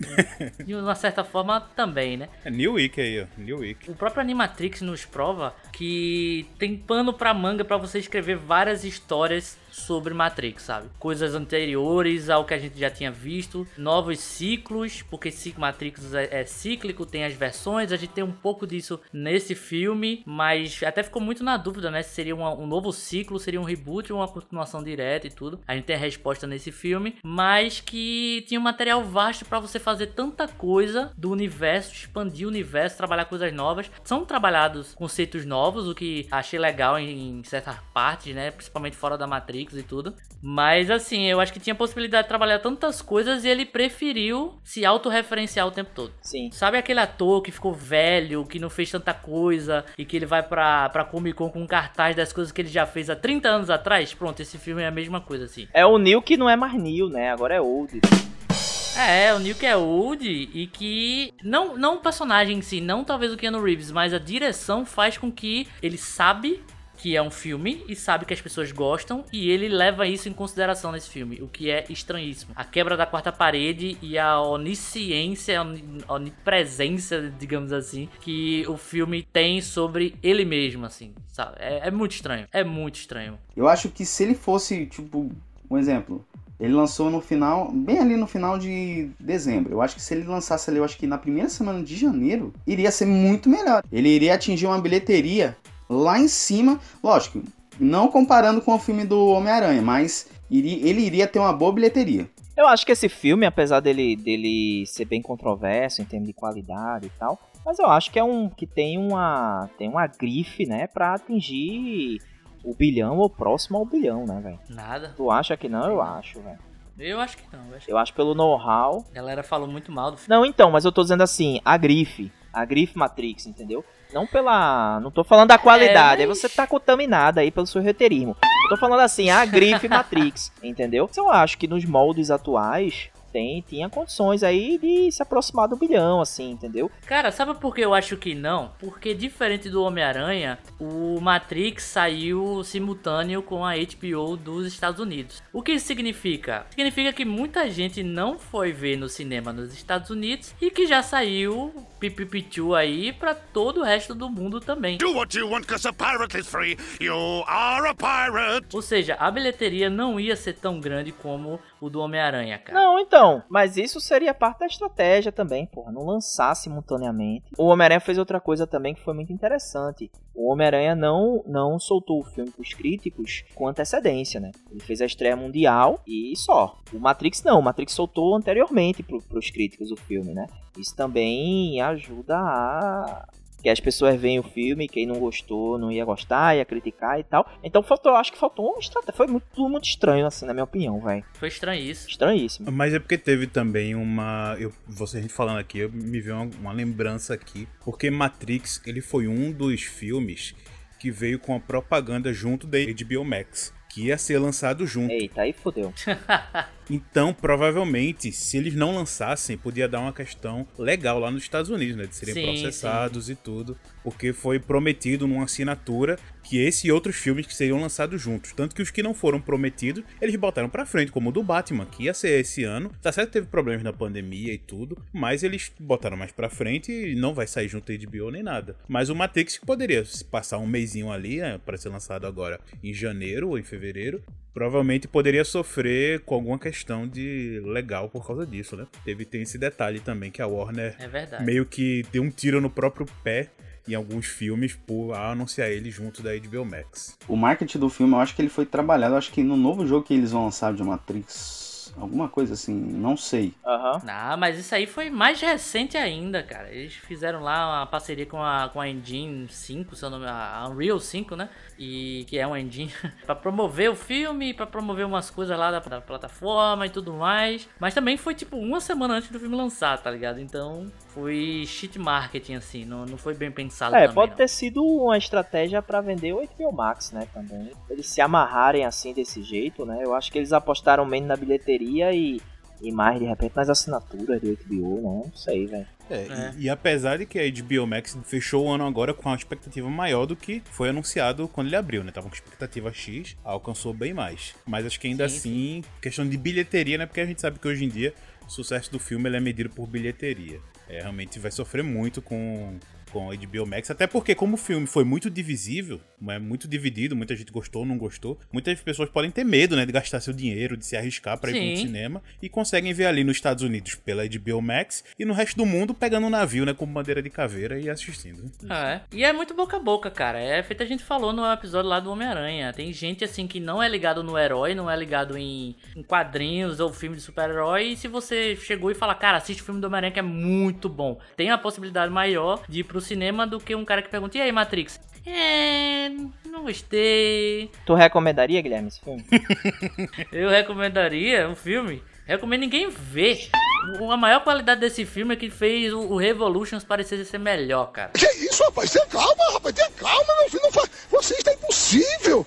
é. De uma certa forma também, né? É New Wick aí, ó. New Wick. O próprio Animatrix nos prova que tem pano pra manga pra você escrever várias histórias sobre Matrix, sabe? Coisas anteriores ao que a gente já tinha visto, novos ciclos, porque Matrix é, é cíclico, tem as versões, a gente tem um pouco disso nesse filme, mas até ficou muito na dúvida, né? Se seria uma, um novo ciclo, seria um reboot ou uma continuação direta e tudo. A gente tem a resposta nesse filme, mas que tinha um material vasto pra você fazer tanta coisa do universo, expandir o universo, trabalhar coisas novas. São trabalhados conceitos novos, o que achei legal em, em certas partes, né? Principalmente fora da Matrix e tudo. Mas assim, eu acho que tinha possibilidade de trabalhar tantas coisas e ele preferiu se autorreferenciar o tempo todo. Sim. Sabe aquele ator que ficou velho, que não fez tanta coisa e que ele vai pra, pra Comic Con com um cartaz das coisas que ele já fez há trinta anos atrás? Pronto, esse filme é a mesma coisa, assim. É o Neo que não é mais Neo, né? Agora é Old. É, o Neo que é old e que... Não, não o personagem em si, não talvez o Keanu Reeves, mas a direção faz com que ele sabe que é um filme e sabe que as pessoas gostam e ele leva isso em consideração nesse filme, o que é estranhíssimo. A quebra da quarta parede e a onisciência, a onipresença, digamos assim, que o filme tem sobre ele mesmo, assim, sabe? É, é muito estranho, é muito estranho. Eu acho que se ele fosse, tipo, um exemplo... Ele lançou no final, bem ali no final de dezembro. Eu acho que se ele lançasse ali, eu acho que na primeira semana de janeiro, iria ser muito melhor. Ele iria atingir uma bilheteria lá em cima. Lógico, não comparando com o filme do Homem-Aranha, mas iria, ele iria ter uma boa bilheteria. Eu acho que esse filme, apesar dele, dele ser bem controverso em termos de qualidade e tal, mas eu acho que é um que tem uma, tem uma grife, né, pra atingir... o bilhão ou próximo ao bilhão, né, velho? Nada. Tu acha que não? Eu acho, velho. Eu acho que não. Eu acho, eu acho pelo know-how... A galera falou muito mal do filme. Não, então, mas eu tô dizendo assim, a grife. A grife Matrix, entendeu? Não pela... Não tô falando da qualidade. É, mas... Aí você tá contaminado aí pelo seu roteirismo. Tô falando assim, a grife Matrix, entendeu? Eu acho que nos moldes atuais... Tem, tinha condições aí de se aproximar do bilhão, assim, entendeu? Cara, sabe por que eu acho que não? Porque diferente do Homem-Aranha, o Matrix saiu simultâneo com a H B O dos Estados Unidos. O que isso significa? Significa que muita gente não foi ver no cinema nos Estados Unidos e que já saiu pipipichu aí pra todo o resto do mundo também. Do what you want, 'cause a pirate is free. You are a pirate. Ou seja, a bilheteria não ia ser tão grande como o do Homem-Aranha, cara. Não, então, mas isso seria parte da estratégia também, porra, não lançar simultaneamente. O Homem-Aranha fez outra coisa também que foi muito interessante. O Homem-Aranha não, não soltou o filme pros críticos com antecedência, né? Ele fez a estreia mundial e só. O Matrix não, o Matrix soltou anteriormente pro, pros críticos o filme, né? Isso também ajuda a... que as pessoas veem o filme, quem não gostou não ia gostar, ia criticar e tal. Então faltou, acho que faltou uma estratégia. Foi muito, muito estranho, assim, na minha opinião, velho. Foi estranhíssimo. Estranhíssimo. Mas é porque teve também uma... Eu, você a gente falando aqui, eu me veio uma, uma lembrança aqui. Porque Matrix, ele foi um dos filmes que veio com a propaganda junto da H B O Max, que ia ser lançado junto. Eita, aí fodeu. Então, provavelmente, se eles não lançassem, podia dar uma questão legal lá nos Estados Unidos, né? De serem sim, processados sim. e tudo. Porque foi prometido numa assinatura que esse e outros filmes que seriam lançados juntos. Tanto que os que não foram prometidos, eles botaram pra frente, como o do Batman, que ia ser esse ano. Tá certo que teve problemas na pandemia e tudo, mas eles botaram mais pra frente e não vai sair junto da H B O nem nada. Mas o Matrix poderia passar um mesinho ali, né, pra ser lançado agora em janeiro ou em fevereiro. Provavelmente poderia sofrer com alguma questão de legal por causa disso, né? Teve, tem esse detalhe também que a Warner é meio que deu um tiro no próprio pé em alguns filmes por anunciar ele junto da H B O Max. O marketing do filme, eu acho que ele foi trabalhado, eu acho que no novo jogo que eles vão lançar de Matrix, alguma coisa assim, não sei. Aham. Uhum. Ah, mas isso aí foi mais recente ainda, cara. Eles fizeram lá uma parceria com a, com a Engine cinco, seu nome, a Unreal cinco, né? E que é uma engine pra promover o filme, pra promover umas coisas lá da, da plataforma e tudo mais. Mas também foi tipo uma semana antes do filme lançar, tá ligado? Então foi shit marketing, assim, não, não foi bem pensado. É, também, pode não. ter sido uma estratégia pra vender o H B O Max, né, também. Eles se amarrarem assim desse jeito, né? Eu acho que eles apostaram menos na bilheteria e, e mais de repente nas assinaturas do H B O, não, não sei, velho. É, é. E, e apesar de que a H B O Max fechou o ano agora com uma expectativa maior do que foi anunciado quando ele abriu, né? Tava com expectativa X, alcançou bem mais. Mas acho que ainda sim, assim, sim. questão de bilheteria, né? Porque a gente sabe que hoje em dia o sucesso do filme ele é medido por bilheteria. É, realmente vai sofrer muito com, com a H B O Max, até porque como o filme foi muito divisível, é muito dividido, muita gente gostou, não gostou, muitas pessoas podem ter medo, né, de gastar seu dinheiro, de se arriscar pra ir Sim. pro cinema, e conseguem ver ali nos Estados Unidos pela H B O Max, e no resto do mundo pegando um navio, né, com bandeira de caveira e assistindo. É. E é muito boca a boca, cara. É feito a gente falou no episódio lá do Homem-Aranha. Tem gente assim que não é ligado no herói, não é ligado em, em quadrinhos ou filme de super-herói. E se você chegou e fala, cara, assiste o filme do Homem-Aranha que é muito bom, tem a possibilidade maior de ir pro cinema do que um cara que pergunta, e aí, Matrix? É, não gostei. Tu recomendaria, Guilherme, esse filme? Eu recomendaria um filme. Recomendo ninguém ver. A maior qualidade desse filme é que fez o Revolutions parecer ser melhor, cara. Que isso, rapaz? Tenha calma, rapaz. Tenha calma, meu filho. Não faz... Você está impossível.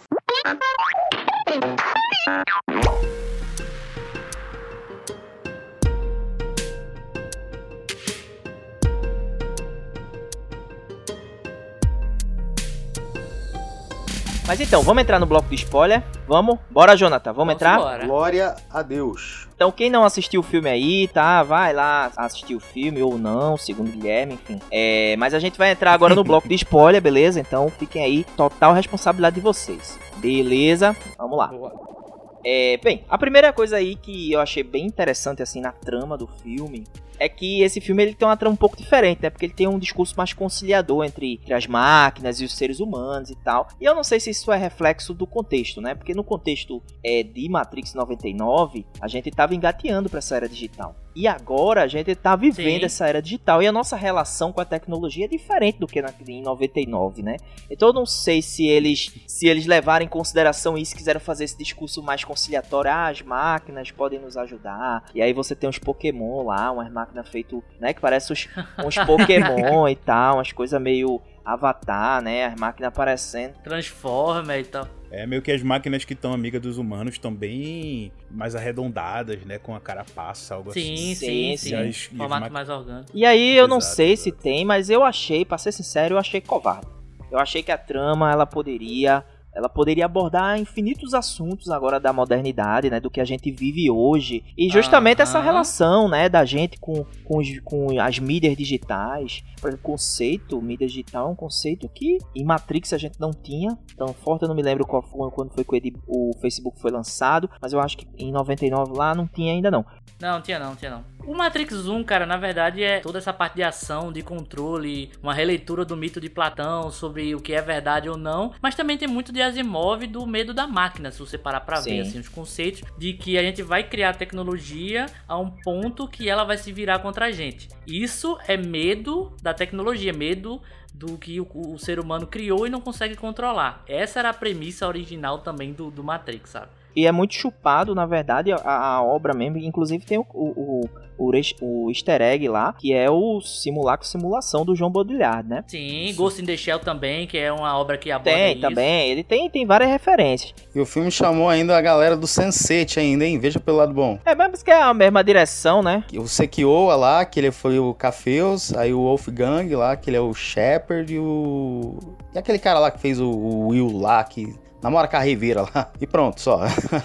Mas então, vamos entrar no bloco de spoiler? Vamos? Bora, Jonathan, vamos, Vamos entrar? embora. Glória a Deus. Então, quem não assistiu o filme aí, tá? Vai lá assistir o filme ou não, segundo o Guilherme, enfim. É, mas a gente vai entrar agora no bloco de spoiler, beleza? Então, fiquem aí, total responsabilidade de vocês. Beleza? Vamos lá. Boa. É, bem, a primeira coisa aí que eu achei bem interessante, assim, na trama do filme, é que esse filme ele tem uma trama um pouco diferente, né? Porque ele tem um discurso mais conciliador entre, entre as máquinas e os seres humanos e tal. E eu não sei se isso é reflexo do contexto, né? Porque no contexto é, de Matrix noventa e nove, a gente tava engateando para essa era digital. E agora a gente tá vivendo Sim. essa era digital. E a nossa relação com a tecnologia é diferente do que na, em noventa e nove, né? Então eu não sei se eles, se eles levaram em consideração isso, quiseram fazer esse discurso mais conciliatório. Ah, as máquinas podem nos ajudar. E aí você tem uns Pokémon lá, umas máquinas feitas, né? Que parecem uns, uns Pokémon e tal. Umas coisas meio Avatar, né? As máquinas aparecendo. Transforma e tal. É meio que as máquinas que estão amigas dos humanos estão bem mais arredondadas, né? Com a carapaça, algo Sim, assim. sim, sim. E as- e as Formato maqui- mais orgânico. E aí eu não Exato, sei exato. se tem, mas eu achei, pra ser sincero, eu achei covarde. Eu achei que a trama, ela poderia... Ela poderia abordar infinitos assuntos agora da modernidade, né? Do que a gente vive hoje. E justamente essa Aham. relação, né? Da gente com, com, os- com as mídias digitais. Por exemplo, o conceito, mídia digital é um conceito que em Matrix a gente não tinha tão forte. Eu não me lembro qual foi, quando foi que o Facebook foi lançado. Mas eu acho que em noventa e nove lá não tinha ainda não. Não, tinha não, tinha não. O Matrix um, cara, na verdade é toda essa parte de ação, de controle, uma releitura do mito de Platão sobre o que é verdade ou não, mas também tem muito de Asimov do medo da máquina, se você parar pra Sim. ver, assim, os conceitos de que a gente vai criar tecnologia a um ponto que ela vai se virar contra a gente. Isso é medo da tecnologia, medo do que o, o ser humano criou e não consegue controlar. Essa era a premissa original também do, do Matrix, sabe? E é muito chupado, na verdade, a, a obra mesmo. Inclusive tem o, o, o, o easter egg lá, que é o simulacro simulação do João Baudrillard, né? Sim, Ghost in the Shell também, que é uma obra que aborda Tem, isso. também. Ele tem, tem várias referências. E o filme chamou ainda a galera do sense eight ainda, hein? Veja pelo lado bom. É, mas que é a mesma direção, né? O Sekioa lá, que ele foi o Cafeus, aí o Wolfgang lá, que ele é o Shepard e o... E aquele cara lá que fez o, o Will lá, que namora com a Rivera lá. E pronto, só.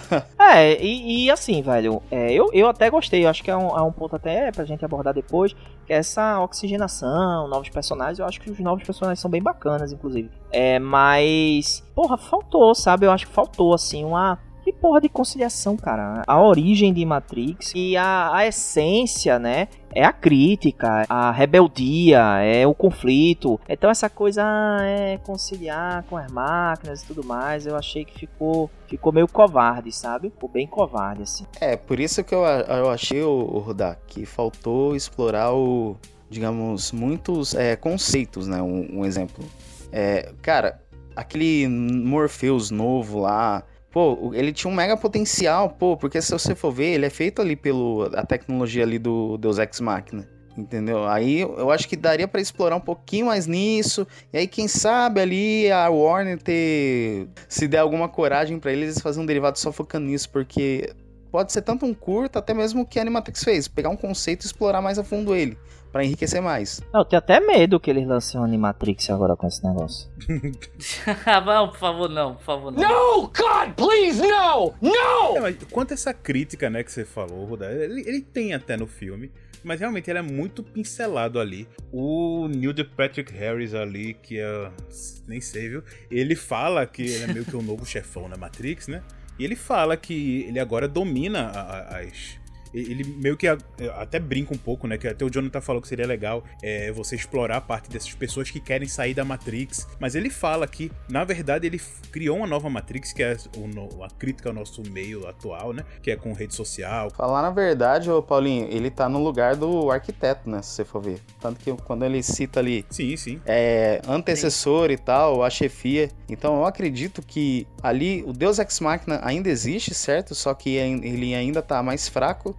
É, e, e assim, velho, é, eu, eu até gostei. Eu acho que é um, é um ponto até pra gente abordar depois, que é essa oxigenação, novos personagens. Eu acho que os novos personagens são bem bacanas, inclusive. É, mas, porra, faltou, sabe? Eu acho que faltou, assim, uma... Que porra de conciliação, cara. A origem de Matrix e a, a essência, né? É a crítica, a rebeldia, é o conflito. Então essa coisa é conciliar com as máquinas e tudo mais. Eu achei que ficou, ficou meio covarde, sabe? Ficou bem covarde, assim. É, por isso que eu, eu achei, o, o Rudá, que faltou explorar o, digamos, muitos é, conceitos, né? Um, um exemplo. É, cara, aquele Morpheus novo lá... Pô, ele tinha um mega potencial, pô, porque se você for ver, ele é feito ali pela tecnologia ali do Deus Ex Machina, entendeu? Aí eu acho que daria pra explorar um pouquinho mais nisso, e aí quem sabe ali a Warner ter, se der alguma coragem pra eles, fazer um derivado só focando nisso, porque pode ser tanto um curto, até mesmo o que a Animatrix fez, pegar um conceito e explorar mais a fundo ele, pra enriquecer mais. Não, eu tenho até medo que eles lancem um Animatrix agora com esse negócio. Não, por favor, não, por favor, não. No, God, please, no! No! É, mas quanto a essa crítica, né, que você falou, Rudá, ele, ele tem até no filme, mas realmente ele é muito pincelado ali. O Neil Patrick Harris ali, que é... nem sei, viu? Ele fala que ele é meio que o novo chefão na Matrix, né? E ele fala que ele agora domina a, a, as... Ele meio que até brinca um pouco, né? Que até o Jonathan falou que seria legal é, você explorar a parte dessas pessoas que querem sair da Matrix. Mas ele fala que, na verdade, ele criou uma nova Matrix, que é o, a crítica ao nosso meio atual, né? Que é com rede social. Falar na verdade, ô Paulinho, ele tá no lugar do arquiteto, né? Se você for ver. Tanto que quando ele cita ali... Sim, sim. É, antecessor sim. e tal, a chefia. Então eu acredito que ali o Deus Ex Machina ainda existe, certo? Só que ele ainda tá mais fraco.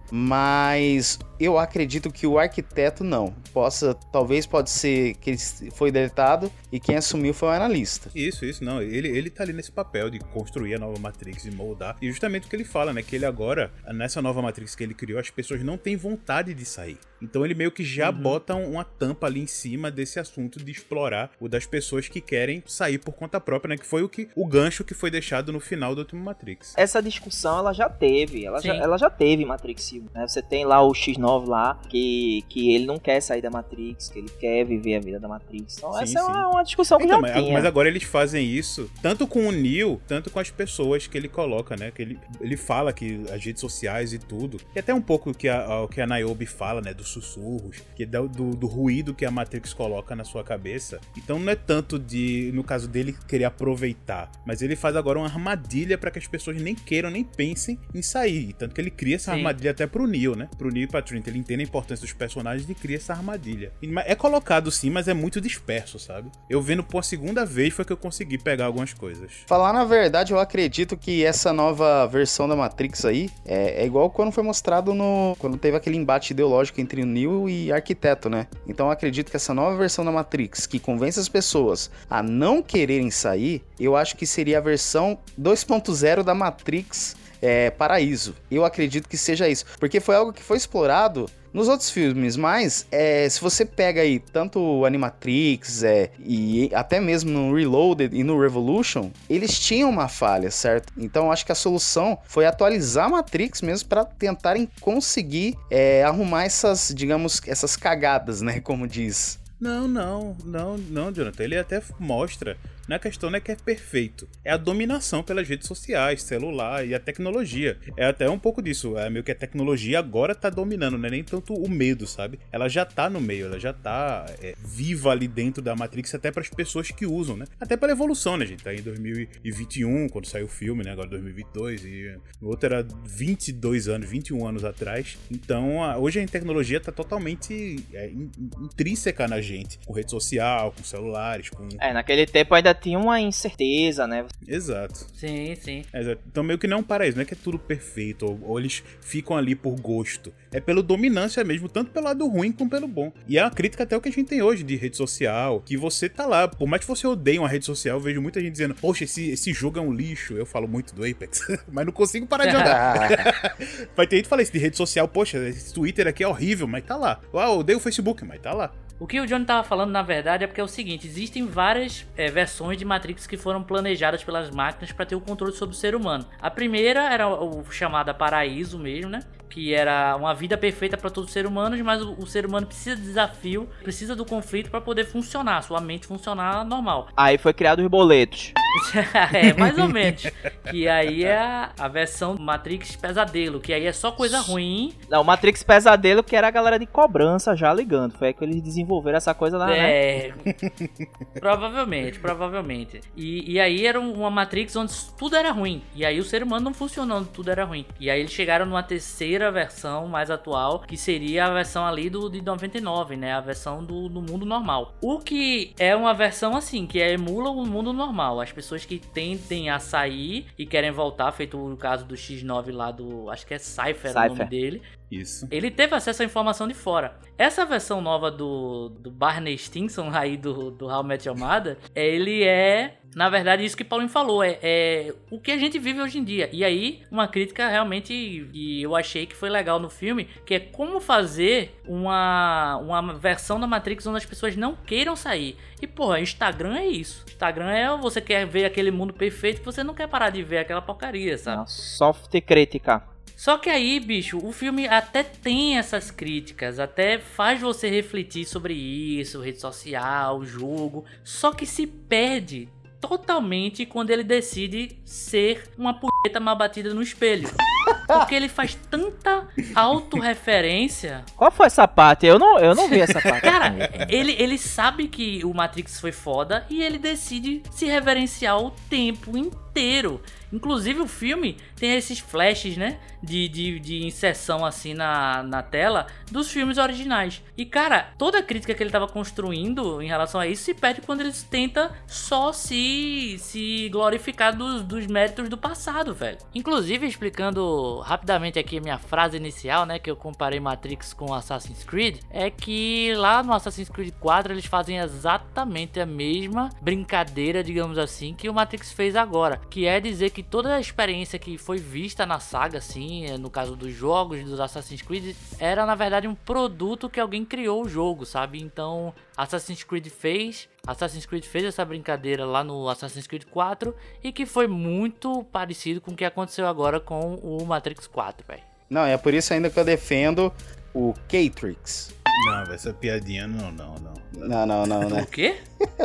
Mas eu acredito que o arquiteto não. Possa, talvez pode ser que ele foi deletado e quem assumiu foi o analista. Isso, isso, não. Ele, ele tá ali nesse papel de construir a nova Matrix e moldar. E justamente o que ele fala, né? Que ele agora, nessa nova Matrix que ele criou, as pessoas não têm vontade de sair. Então ele meio que já uhum. bota uma tampa ali em cima desse assunto de explorar o das pessoas que querem sair por conta própria, né? Que foi o, que, o gancho que foi deixado no final do último Matrix. Essa discussão ela já teve, ela, já, ela já teve Matrix, né? Você tem lá o X nove lá, que, que ele não quer sair da Matrix, que ele quer viver a vida da Matrix. Então sim, essa sim. é uma, uma discussão que então, já mas, tinha. Mas agora eles fazem isso, tanto com o Neo, tanto com as pessoas que ele coloca, né? Que ele, ele fala que as redes sociais e tudo, e até um pouco o que a, que a Niobe fala, né? Dos sussurros, que do, do, do ruído que a Matrix coloca na sua cabeça. Então não é tanto de, no caso dele, querer aproveitar, mas ele faz agora uma armadilha para que as pessoas nem queiram, nem pensem em sair. Tanto que ele cria essa sim. armadilha até pro Neo, né? Pro Neo e pra Trinity, ele entende a importância dos personagens e cria essa armadilha. É colocado sim, mas é muito disperso, sabe? Eu vendo por segunda vez foi que eu consegui pegar algumas coisas. Falar na verdade, eu acredito que essa nova versão da Matrix aí é, é igual quando foi mostrado no... quando teve aquele embate ideológico entre o Neo e Arquiteto, né? Então eu acredito que essa nova versão da Matrix, que convence as pessoas a não quererem sair, eu acho que seria a versão dois ponto zero da Matrix é, Paraíso. Eu acredito que seja isso, porque foi algo que foi explorado nos outros filmes, mas é, se você pega aí tanto o Animatrix é, e até mesmo no Reloaded e no Revolution, eles tinham uma falha, certo? Então acho que a solução foi atualizar a Matrix mesmo para tentarem conseguir é, arrumar essas, digamos, essas cagadas, né, como diz. Não, não, não, não, Jonathan, ele até mostra, na questão não é que é perfeito, é a dominação pelas redes sociais, celular e a tecnologia. É até um pouco disso, é meio que a tecnologia agora tá dominando, não é nem tanto o medo, sabe? Ela já tá no meio, ela já tá é, viva ali dentro da Matrix, até para as pessoas que usam, né? Até pela evolução, né, gente? Tá em dois mil e vinte e um, quando saiu o filme, né? Agora dois mil e vinte e dois, e o outro era vinte e dois anos, vinte e um anos atrás. Então, a, hoje a tecnologia tá totalmente é, in, intrínseca na gente. Com rede social, com celulares, com... É, naquele tempo ainda tinha uma incerteza, né? Exato. Sim, sim. Exato. Então meio que não é um paraíso, não é que é tudo perfeito, ou, ou eles ficam ali por gosto. É pela dominância mesmo, tanto pelo lado ruim como pelo bom. E é uma crítica até o que a gente tem hoje de rede social, que você tá lá, por mais que você odeie uma rede social, eu vejo muita gente dizendo, poxa, esse, esse jogo é um lixo. Eu falo muito do Apex, mas não consigo parar de jogar. Vai ter gente que fala isso de rede social, poxa, esse Twitter aqui é horrível, mas tá lá. Ah, eu odeio o Facebook, mas tá lá. O que o Johnny tava falando, na verdade, é porque é o seguinte, existem várias é, versões de Matrix que foram planejadas pelas máquinas para ter o controle sobre o ser humano. A primeira era o, o chamada Paraíso mesmo, né? Que era uma vida perfeita para todos os seres humanos, mas o, o ser humano precisa de desafio, precisa do conflito para poder funcionar, sua mente funcionar normal. Aí foi criado os boletos. É, mais ou menos. Que aí é a, a versão Matrix Pesadelo, que aí é só coisa ruim. Não, Matrix Pesadelo que era a galera de cobrança já ligando. Foi aí que eles desenvolveram essa coisa lá, é, né? Provavelmente, provavelmente. E, e aí era uma Matrix onde tudo era ruim. E aí o ser humano não funcionando, tudo era ruim. E aí eles chegaram numa terceira versão mais atual, que seria a versão ali do, de noventa e nove, né? A versão do, do mundo normal. O que é uma versão assim, que emula o mundo normal. As pessoas que tendem a sair e querem voltar, feito o caso do X nove lá do... Acho que é Cypher, Cypher. O nome dele. Isso. Ele teve acesso à informação de fora. Essa versão nova do, do Barney Stinson aí do, do How I Met Your Mother, ele é, na verdade, isso que o Paulinho falou, é, é o que a gente vive hoje em dia. E aí, uma crítica realmente, e eu achei que foi legal no filme, que é como fazer uma, uma versão da Matrix onde as pessoas não queiram sair. E, porra, Instagram é isso. Instagram é você quer ver aquele mundo perfeito que você não quer parar de ver aquela porcaria, sabe? Uma soft crítica. Só que aí, bicho, o filme até tem essas críticas, até faz você refletir sobre isso, rede social, jogo, só que se perde totalmente quando ele decide ser uma punheta mal batida no espelho. Porque ele faz tanta autorreferência. Qual foi essa parte? Eu não, eu não vi essa parte. Cara, ele, ele sabe que o Matrix foi foda e ele decide se reverenciar o tempo inteiro. Inclusive o filme tem esses flashes, né, de, de, de inserção assim na, na tela dos filmes originais. E cara, toda a crítica que ele tava construindo em relação a isso se perde quando ele tenta só se, se glorificar dos, dos méritos do passado, velho. Inclusive, explicando rapidamente aqui a minha frase inicial, né, que eu comparei Matrix com Assassin's Creed, é que lá no Assassin's Creed quatro eles fazem exatamente a mesma brincadeira, digamos assim, que o Matrix fez agora, que é dizer que toda a experiência que foi vista na saga, assim, no caso dos jogos dos Assassin's Creed, era na verdade um produto que alguém criou o jogo, sabe? Então, Assassin's Creed fez, Assassin's Creed fez essa brincadeira lá no Assassin's Creed quatro e que foi muito parecido com o que aconteceu agora com o Matrix quatro, velho. Não, é por isso ainda que eu defendo o Catrix. Não, essa piadinha não, não, não. Não, não, não, né? O quê?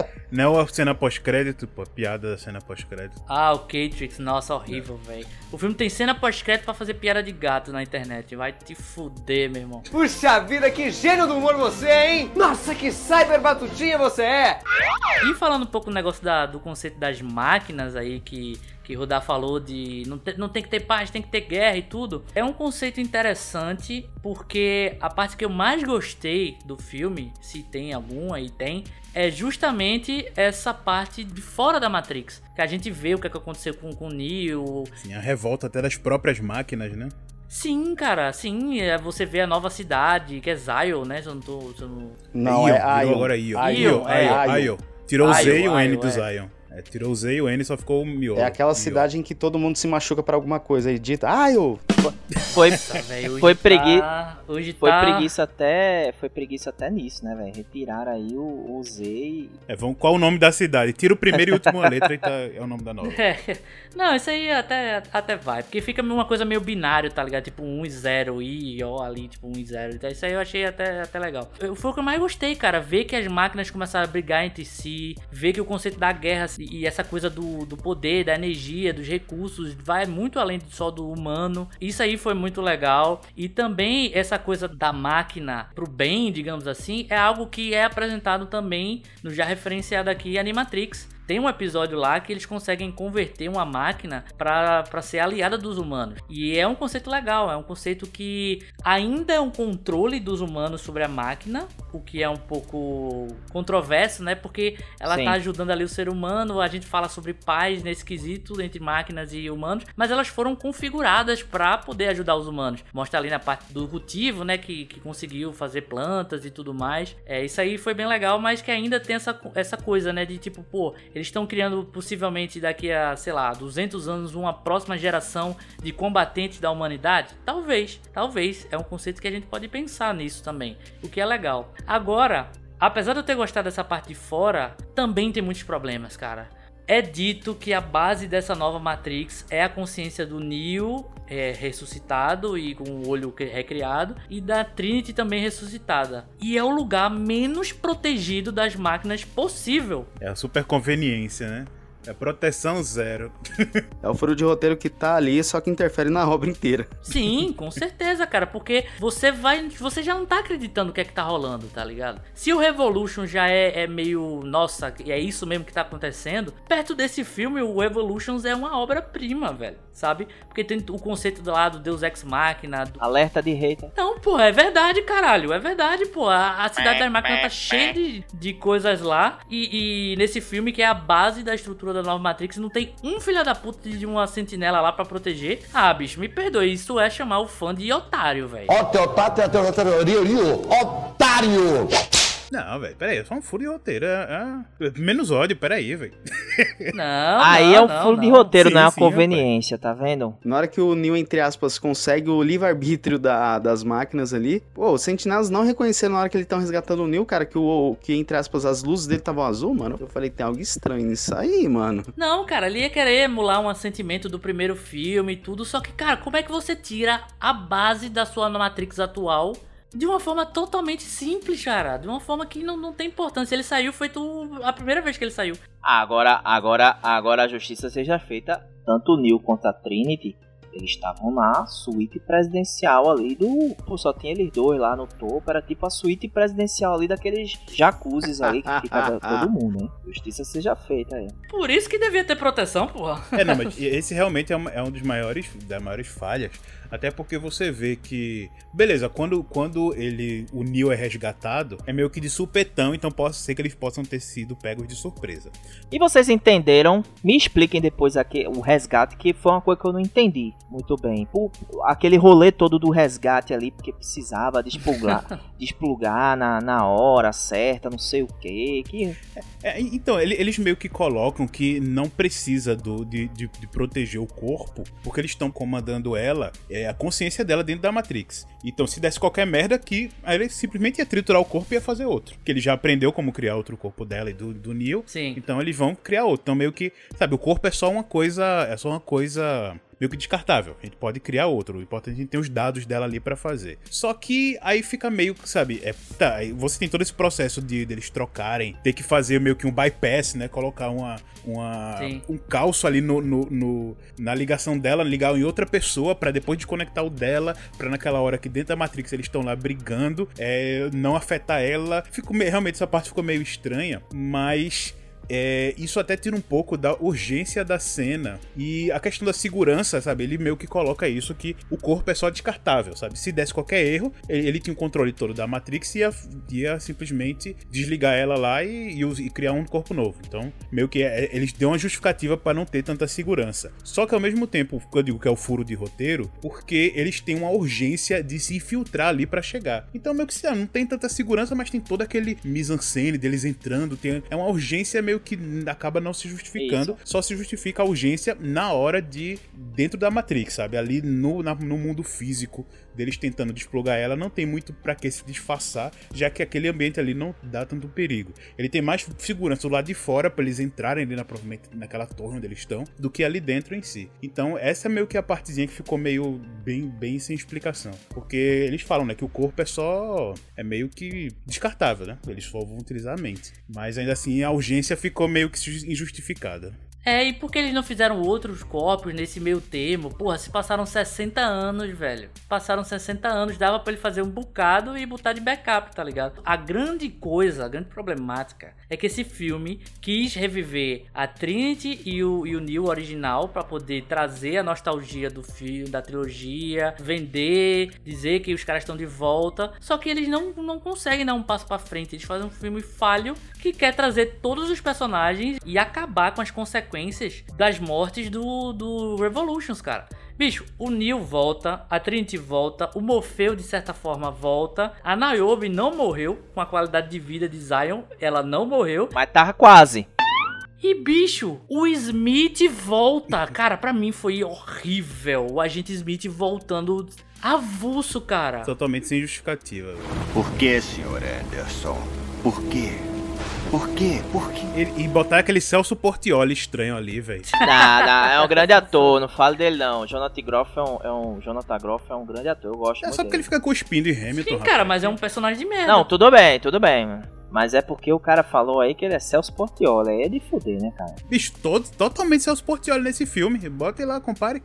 Não a cena pós-crédito, pô, a piada da cena pós-crédito. Ah, o Catrix, nossa, horrível, velho. O filme tem cena pós-crédito pra fazer piada de gato na internet. Vai te fuder, meu irmão. Puxa vida, que gênio do humor você é, hein? Nossa, que cyber batutinha você é! E falando um pouco do negócio da, do conceito das máquinas aí que... que Rudá falou de não, te, não tem que ter paz, tem que ter guerra e tudo. É um conceito interessante porque a parte que eu mais gostei do filme, se tem alguma e tem, é justamente essa parte de fora da Matrix. Que a gente vê o que, é que aconteceu com, com o Neo. Sim, a revolta até das próprias máquinas, né? Sim, cara, sim, é, você vê a nova cidade, que é Zion, né? Se eu não tô... Se eu não... Não, Ion, é Aion. Agora Ion. Ion, é, Ion, Ion. Tirou o Z e o N Ion, do é. Zion. É, tirou o Z e o N, só ficou o Mio. É aquela cidade em que todo mundo se machuca pra alguma coisa e dita, ah, eu... Foi, Nossa, véio, hoje foi, pregui... tá, hoje foi tá... preguiça até. Foi preguiça até nisso, né, velho? Retiraram aí o, o Z e. É, vamos, qual o nome da cidade? Tira o primeiro e último letra e tá, é o nome da nova. É. Não, isso aí até, até vai, porque fica uma coisa meio binário, tá ligado? Tipo um e zero e ó ali, tipo um e zero. Então isso aí eu achei até, até legal. Eu, foi o que eu mais gostei, cara. Ver que as máquinas começaram a brigar entre si, ver que o conceito da guerra e essa coisa do, do poder, da energia, dos recursos, vai muito além só do humano. Isso aí foi muito legal. E também essa coisa da máquina pro bem, digamos assim, é algo que é apresentado também, no já referenciado aqui, Animatrix. Tem um episódio lá que eles conseguem converter uma máquina para para ser aliada dos humanos. E é um conceito legal, é um conceito que ainda é um controle dos humanos sobre a máquina, o que é um pouco controverso, né? Porque ela Sim. tá ajudando ali o ser humano, a gente fala sobre paz nesse quesito entre máquinas e humanos, mas elas foram configuradas para poder ajudar os humanos. Mostra ali na parte do cultivo, né? Que, que conseguiu fazer plantas e tudo mais. É, isso aí foi bem legal, mas que ainda tem essa, essa coisa, né? De tipo, pô, eles estão criando possivelmente daqui a, sei lá, duzentos anos uma próxima geração de combatentes da humanidade? Talvez, talvez. É um conceito que a gente pode pensar nisso também, o que é legal. Agora, apesar de eu ter gostado dessa parte de fora, também tem muitos problemas, cara. É dito que a base dessa nova Matrix é a consciência do Neo é, ressuscitado e com o olho recriado, e da Trinity também ressuscitada. E é o lugar menos protegido das máquinas possível. É a super conveniência, né? É proteção zero. É o furo de roteiro que tá ali, só que interfere na obra inteira. Sim, com certeza, cara, porque você vai, você já não tá acreditando o que é que tá rolando, tá ligado? Se o Revolution já é, é meio, nossa, é isso mesmo que tá acontecendo, perto desse filme o Evolutions é uma obra-prima, velho, sabe? Porque tem o conceito do lado Deus Ex Machina, do... Alerta de hater. Não, pô, é verdade, caralho, é verdade, pô, a, a Cidade das Máquinas tá cheia de, de coisas lá, e, e nesse filme que é a base da estrutura da nova Matrix, não tem um filho da puta de uma sentinela lá pra proteger. Ah, bicho, me perdoe, isso é chamar o fã de otário, velho. Ó, teu otário, teu otário, otário. Não, velho, peraí, é só um furo de roteiro. É, é... Menos ódio, peraí, velho. Não, Aí não, é um não, furo não. de roteiro, Sim, não é uma sim, conveniência, tá vendo? Na hora que o Neo, entre aspas, consegue o livre-arbítrio da, das máquinas ali, pô, os sentinelas não reconheceram na hora que eles estão resgatando o Neo, cara, que, o, que, entre aspas, as luzes dele estavam azul, mano. Eu falei, tem algo estranho nisso aí, mano. Não, cara, ele ia querer emular um sentimento do primeiro filme e tudo, só que, cara, como é que você tira a base da sua Matrix atual de uma forma totalmente simples, cara? De uma forma que não, não tem importância. Ele saiu, foi tu, a primeira vez que ele saiu. Agora, agora, agora a justiça seja feita. Tanto o Neo quanto a Trinity, eles estavam na suíte presidencial ali do... Pô, só tinha eles dois lá no topo. Era tipo a suíte presidencial ali daqueles jacuzzis ali que ficava todo mundo, hein? Justiça seja feita aí. Por isso que devia ter proteção, porra. É, não, mas esse realmente é, uma, é um dos maiores, das maiores falhas. Até porque você vê que... Beleza, quando, quando ele, o Neo é resgatado, é meio que de supetão, então pode ser que eles possam ter sido pegos de surpresa. E vocês entenderam? Me expliquem depois aqui, o resgate, que foi uma coisa que eu não entendi muito bem. Pô, aquele rolê todo do resgate ali, porque precisava desplugar, desplugar na, na hora certa, não sei o quê. Que... É, então, ele, eles meio que colocam que não precisa do, de, de, de proteger o corpo, porque eles estão comandando ela, é, a consciência dela dentro da Matrix. Então, se desse qualquer merda aqui, aí ele simplesmente ia triturar o corpo e ia fazer outro. Porque ele já aprendeu como criar outro corpo dela e do, do Neo. Sim. Então eles vão criar outro. Então meio que, sabe, o corpo é só uma coisa, é só uma coisa... meio que descartável, a gente pode criar outro, o importante é a gente ter os dados dela ali pra fazer. Só que aí fica meio, sabe, é, tá, aí você tem todo esse processo de deles trocarem, ter que fazer meio que um bypass, né, colocar uma, uma um calço ali no, no, no, na ligação dela, ligar em outra pessoa pra depois desconectar o dela, pra naquela hora que dentro da Matrix eles estão lá brigando, é, não afetar ela. Ficou meio, realmente essa parte ficou meio estranha, mas... É, isso até tira um pouco da urgência da cena e a questão da segurança, sabe? Ele meio que coloca isso, que o corpo é só descartável, sabe? Se desse qualquer erro, ele, ele tinha o controle todo da Matrix e ia, ia simplesmente desligar ela lá e, e, e criar um corpo novo. Então, meio que é, eles dão uma justificativa para não ter tanta segurança. Só que ao mesmo tempo, eu digo que é o furo de roteiro, porque eles têm uma urgência de se infiltrar ali para chegar. Então, meio que ah, não tem tanta segurança, mas tem todo aquele mise-en-scène deles entrando, tem, é uma urgência meio que acaba não se justificando, isso. Só se justifica a urgência na hora de, dentro da Matrix, sabe, ali no, na, no mundo físico deles tentando desplugar ela, não tem muito pra que se disfarçar, já que aquele ambiente ali não dá tanto perigo. Ele tem mais segurança do lado de fora pra eles entrarem ali na, provavelmente naquela torre onde eles estão, do que ali dentro em si. Então essa é meio que a partezinha que ficou meio bem, bem sem explicação, porque eles falam, né, que o corpo é só, é meio que descartável, né, eles só vão utilizar a mente, mas ainda assim a urgência ficou meio que injustificada. É, e por que eles não fizeram outros corpos nesse meio termo? Porra, se passaram sessenta anos, velho. Passaram sessenta anos, dava pra ele fazer um bocado e botar de backup, tá ligado? A grande coisa, a grande problemática é que esse filme quis reviver a Trinity e o, e o Neo original pra poder trazer a nostalgia do filme, da trilogia, vender, dizer que os caras estão de volta. Só que eles não, não conseguem dar um passo pra frente. Eles fazem um filme falho que quer trazer todos os personagens e acabar com as consequências das mortes do, do Revolutions, cara. Bicho, o Neo volta, a Trinity volta, o Morpheu de certa forma volta, a Niobe não morreu com a qualidade de vida de Zion, ela não morreu. Mas tava quase. E bicho, o Smith volta. Cara, pra mim foi horrível o agente Smith voltando avulso, cara. Totalmente sem justificativa. Por que, senhor Anderson? Por quê? Por quê? Por quê? E, e botar aquele Celso Portiolli estranho ali, velho. Não, não, é um grande ator, não falo dele não. Jonathan Groff é um, é um, Jonathan Groff é um grande ator, eu gosto é muito só porque dele. Ele fica cuspindo em Hamilton. Sim, cara, mas é um personagem de merda. Não, tudo bem, tudo bem, mano. Mas é porque o cara falou aí que ele é Celso Portiolli, aí é de fuder, né, cara? Bicho, todo, totalmente Celso Portiolli nesse filme, bota aí lá, compare.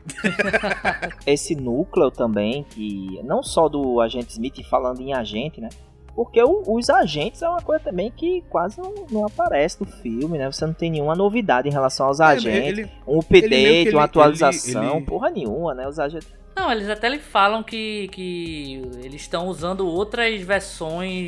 Esse núcleo também, que não só do agente Smith falando em agente, né? Porque o, os agentes é uma coisa também que quase não, não aparece no filme, né? Você não tem nenhuma novidade em relação aos agentes. Ele, um update, ele, uma atualização, ele, ele... porra nenhuma, né? Os agentes... Não, eles até lhe falam que, que eles estão usando outras versões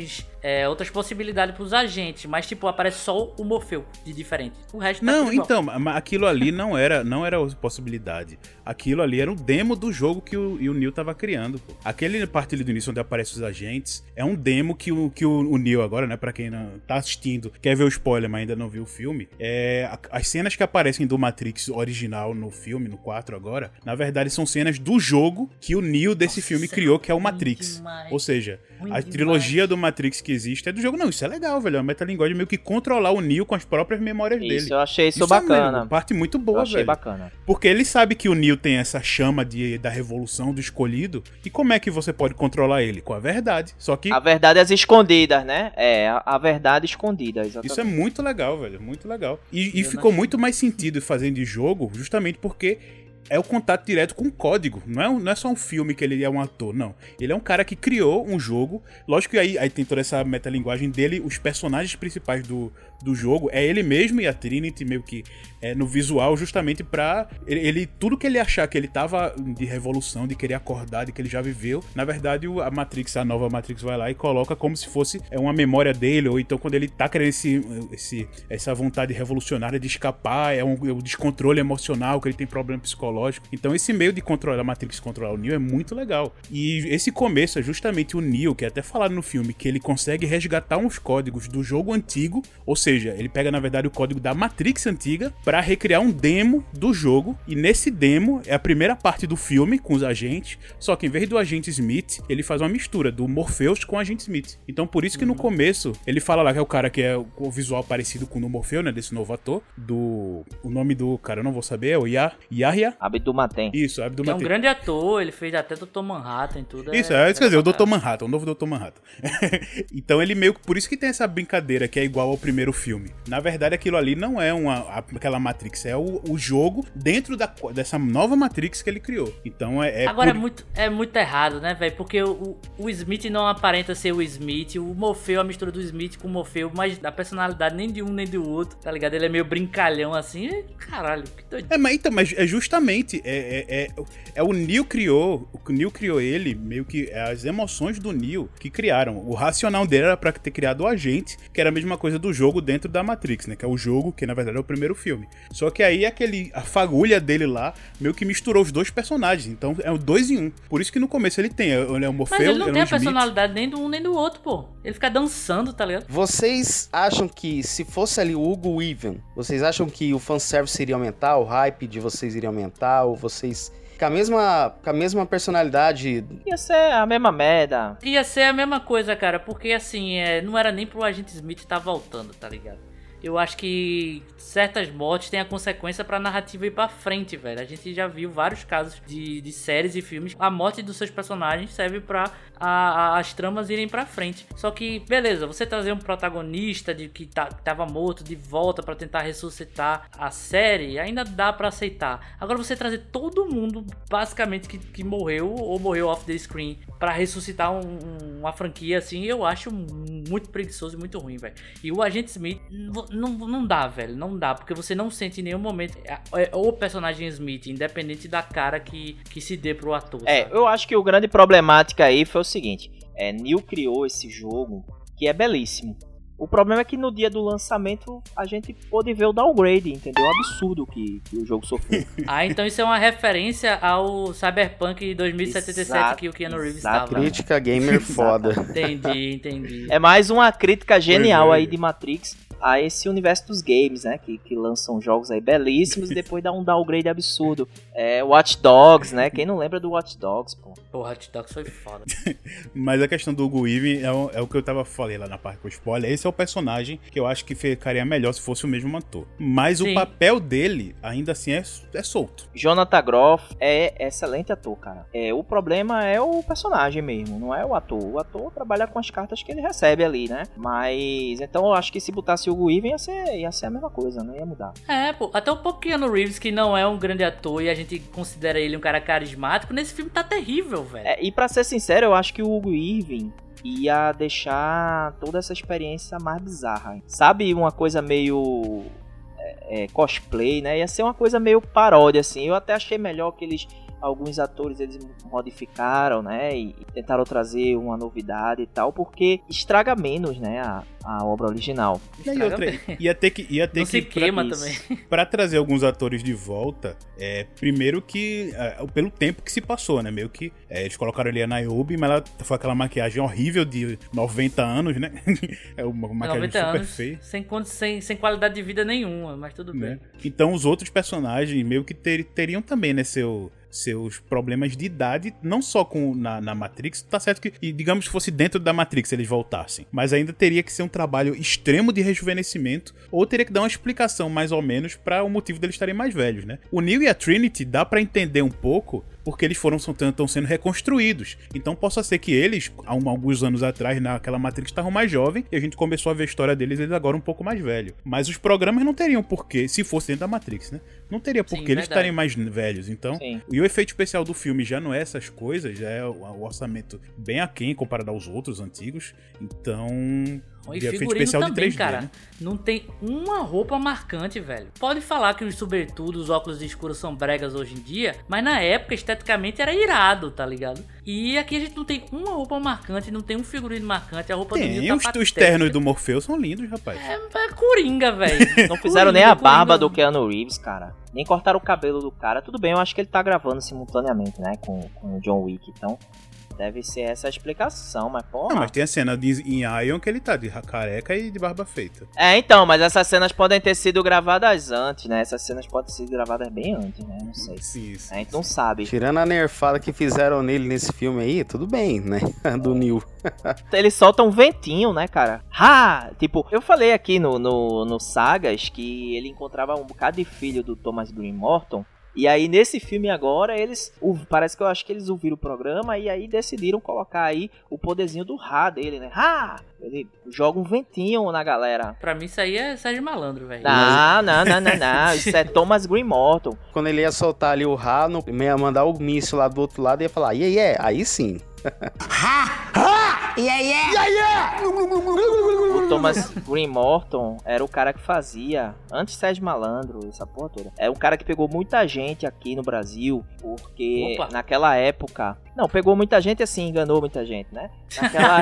é, outras possibilidades pros agentes, mas tipo, aparece só o Morfeu de diferente. O resto tá Não, tudo igual. então, mas aquilo ali não era, não era possibilidade. Aquilo ali era um demo do jogo que o, e o Neo tava criando, pô. Aquele parte ali do início onde aparecem os agentes é um demo que o, que o, o Neo agora, né, pra quem não tá assistindo, quer ver o spoiler, mas ainda não viu o filme, é, as cenas que aparecem do Matrix original no filme, no quatro agora, na verdade são cenas do jogo que o Neo desse Nossa, filme criou, que é o Matrix. Demais. Ou seja, muito a trilogia demais. do Matrix que existe é do jogo. Não, isso é legal, velho. É uma metalinguagem meio que controlar o Neo com as próprias memórias isso, dele. Isso, eu achei isso, isso bacana. É uma parte muito boa, eu achei velho. bacana. Porque ele sabe que o Neo tem essa chama de, da revolução do escolhido. E como é que você pode controlar ele? Com a verdade. Só que... A verdade às escondidas, né? É, a, a verdade escondida, exatamente. Isso é muito legal, velho. Muito legal. E, e ficou muito mais sentido fazendo de jogo, justamente porque... é o contato direto com o código. Não é, um, não é só um filme que ele é um ator, não. Ele é um cara que criou um jogo. Lógico que aí, aí tem toda essa metalinguagem dele. Os personagens principais do, do jogo é ele mesmo e a Trinity, meio que é, no visual, justamente pra... Ele, ele, tudo que ele achar que ele tava de revolução, de querer acordar, de que ele já viveu, na verdade a Matrix, a nova Matrix vai lá e coloca como se fosse é, uma memória dele, ou então quando ele tá querendo esse, esse, essa vontade revolucionária de escapar, é um, é um descontrole emocional, que ele tem problema psicológico. Então esse meio de controlar a Matrix, controlar o Neo é muito legal. E esse começo é justamente o Neo, que é até falado no filme, que ele consegue resgatar uns códigos do jogo antigo, ou seja, ele pega na verdade o código da Matrix antiga para recriar um demo do jogo, e nesse demo é a primeira parte do filme com os agentes, só que em vez do agente Smith, ele faz uma mistura do Morpheus com o agente Smith. Então por isso que no começo ele fala lá que é o cara que é o visual parecido com o Morpheus, né, desse novo ator, do... o nome do cara eu não vou saber, é o Yah... Yahya Abdul-Mateen. Isso, Abdul-Mateen. É um grande ator, ele fez até doutor Manhattan e tudo. Isso, é, é isso, quer dizer, o doutor Manhattan, o novo doutor Manhattan. Então ele meio que, por isso que tem essa brincadeira que é igual ao primeiro filme. Na verdade aquilo ali não é uma, aquela Matrix, é o, o jogo dentro da, dessa nova Matrix que ele criou. Então é... é Agora por... é, muito, é muito errado, né, velho? Porque o, o Smith não aparenta ser o Smith, o Morfeu, a mistura do Smith com o Morfeu, mas da personalidade nem de um nem do outro, tá ligado? Ele é meio brincalhão assim, caralho, que doido. É, mas, então, mas é justamente, é, é, é, é o Neo criou, o Neo criou ele, meio que é as emoções do Neo que criaram. O racional dele era pra ter criado o agente, que era a mesma coisa do jogo dentro da Matrix, né? Que é o jogo, que na verdade é o primeiro filme. Só que aí aquele, a fagulha dele lá, meio que misturou os dois personagens. Então é o dois em um. Por isso que no começo ele tem, ele é o Morfeu, mas ele não é tem a Smith. personalidade nem do um nem do outro, pô. Ele fica dançando, tá ligado? Vocês acham que se fosse ali o Hugo Weaving, vocês acham que o fanservice iria aumentar, o hype de vocês iria aumentar, ou vocês... Com a, mesma, com a mesma personalidade... Ia ser a mesma merda. Ia ser a mesma coisa, cara, porque assim, é, não era nem pro agente Smith estar tá voltando, tá ligado? Eu acho que certas mortes têm a consequência pra narrativa ir pra frente, velho. A gente já viu vários casos de, de séries e filmes. A morte dos seus personagens serve pra a, a, as tramas irem pra frente. Só que, beleza, você trazer um protagonista de que, tá, que tava morto de volta pra tentar ressuscitar a série, ainda dá pra aceitar. Agora você trazer todo mundo, basicamente, que, que morreu ou morreu off the screen pra ressuscitar um, um, uma franquia, assim, eu acho muito preguiçoso e muito ruim, velho. E o Agente Smith... Não, não dá, velho, não dá, porque você não sente em nenhum momento o personagem Smith, independente da cara que, que se dê pro ator. É, sabe? Eu acho que o grande problemática aí foi o seguinte, é, Neo criou esse jogo que é belíssimo. O problema é que no dia do lançamento a gente pôde ver o downgrade, entendeu? O absurdo que, que o jogo sofreu. Ah, então isso é uma referência ao Cyberpunk dois mil e setenta e sete exato, que o Keanu Reeves estava. Crítica gamer foda. Entendi, entendi. É mais uma crítica genial aí de Matrix a esse universo dos games, né? Que, que lançam jogos aí belíssimos e depois dá um downgrade absurdo. É, Watch Dogs, né? Quem não lembra do Watch Dogs, pô? Pô, Watch Dogs foi foda. Mas a questão do Hugo Weaving é o, é o que eu tava falando lá na parte com spoiler. Esse é o personagem que eu acho que ficaria melhor se fosse o mesmo ator. Mas Sim. o papel dele, ainda assim, é, é solto. Jonathan Groff é excelente ator, cara. É, o problema é o personagem mesmo, não é o ator. O ator trabalha com as cartas que ele recebe ali, né? Mas, então eu acho que se botasse o Hugo Weaving ia ser, ia ser a mesma coisa, não ia mudar. É, pô, até o próprio Keanu Reeves, que não é um grande ator e a gente considera ele um cara carismático, nesse filme tá terrível, velho. É, e pra ser sincero, eu acho que o Hugo Weaving ia deixar toda essa experiência mais bizarra. Sabe, uma coisa meio é, é, cosplay, né? Ia ser uma coisa meio paródia, assim. Eu até achei melhor que eles alguns atores eles modificaram, né, e tentaram trazer uma novidade e tal, porque estraga menos, né, a, a obra original. E outra, ia ter que ia ter Não que se queima pra, também. Pra trazer alguns atores de volta, é, primeiro que é, pelo tempo que se passou, né, meio que é, eles colocaram ali a Niobe, mas ela foi aquela maquiagem horrível de noventa anos, né? É uma maquiagem noventa super anos, feia. Sem, sem, sem qualidade de vida nenhuma, mas tudo Né? bem. Então os outros personagens meio que ter, teriam também, né, seu, seus problemas de idade, não só com, na, na Matrix, tá certo que, e, digamos que fosse dentro da Matrix eles voltassem, mas ainda teria que ser um trabalho extremo de rejuvenescimento, ou teria que dar uma explicação mais ou menos para o motivo deles estarem mais velhos, né? O Neo e a Trinity dá para entender um pouco, porque eles foram estão sendo reconstruídos. Então possa ser que eles, há um, alguns anos atrás, naquela Matrix, estavam mais jovens, e a gente começou a ver a história deles, eles agora um pouco mais velhos. Mas os programas não teriam porquê, se fosse dentro da Matrix, né? Não teria porquê eles verdade. estarem mais velhos. Então, Sim. e o efeito especial do filme já não é essas coisas, já é o, o orçamento bem aquém comparado aos outros antigos. Então, E de efeito figurino especial de também, três D, cara. né? Não tem uma roupa marcante, velho. Pode falar que os sobretudo, os óculos escuros são bregas hoje em dia, mas na época, esteticamente, era irado, tá ligado? E aqui a gente não tem uma roupa marcante, não tem um figurino marcante, a roupa do Tem, Neo os, tá os patética. ternos do Morpheus são lindos, rapaz. É, é coringa, velho. Não fizeram Coringa, nem a Coringa. barba do Keanu Reeves, cara. Nem cortaram o cabelo do cara. Tudo bem, eu acho que ele tá gravando simultaneamente, né, com, com o John Wick, então deve ser essa a explicação, mas porra. Não, mas tem a cena de, em Ion que ele tá de careca e de barba feita. É, então, mas essas cenas podem ter sido gravadas antes, né? Essas cenas podem ter sido gravadas bem antes, né? Não sei. Sim, sim, A gente não sabe. Tirando a nerfada que fizeram nele nesse filme aí, tudo bem, né? Do Neo. Eles soltam um ventinho, né, cara? Ha! Tipo, eu falei aqui no, no, no Sagas que ele encontrava um bocado de filho do Thomas Green Morton. E aí, nesse filme agora, eles... Parece que eu acho que eles ouviram o programa e aí decidiram colocar aí o poderzinho do Ha dele, né? Ha! Ele joga um ventinho na galera. Pra mim, isso aí é Sérgio Malandro, velho. Não, não, não, não, não. Isso é Thomas Green Morton. Quando ele ia soltar ali o Ra, no, ia mandar o míssil lá do outro lado e ia falar, yeah, yeah, aí sim. Yeah, yeah! Yeah, yeah! O Thomas Green Morton era o cara que fazia, antes Sérgio Malandro, essa porra toda. É um cara que pegou muita gente aqui no Brasil, porque Opa. naquela época... Não, pegou muita gente assim, enganou muita gente, né? Naquela,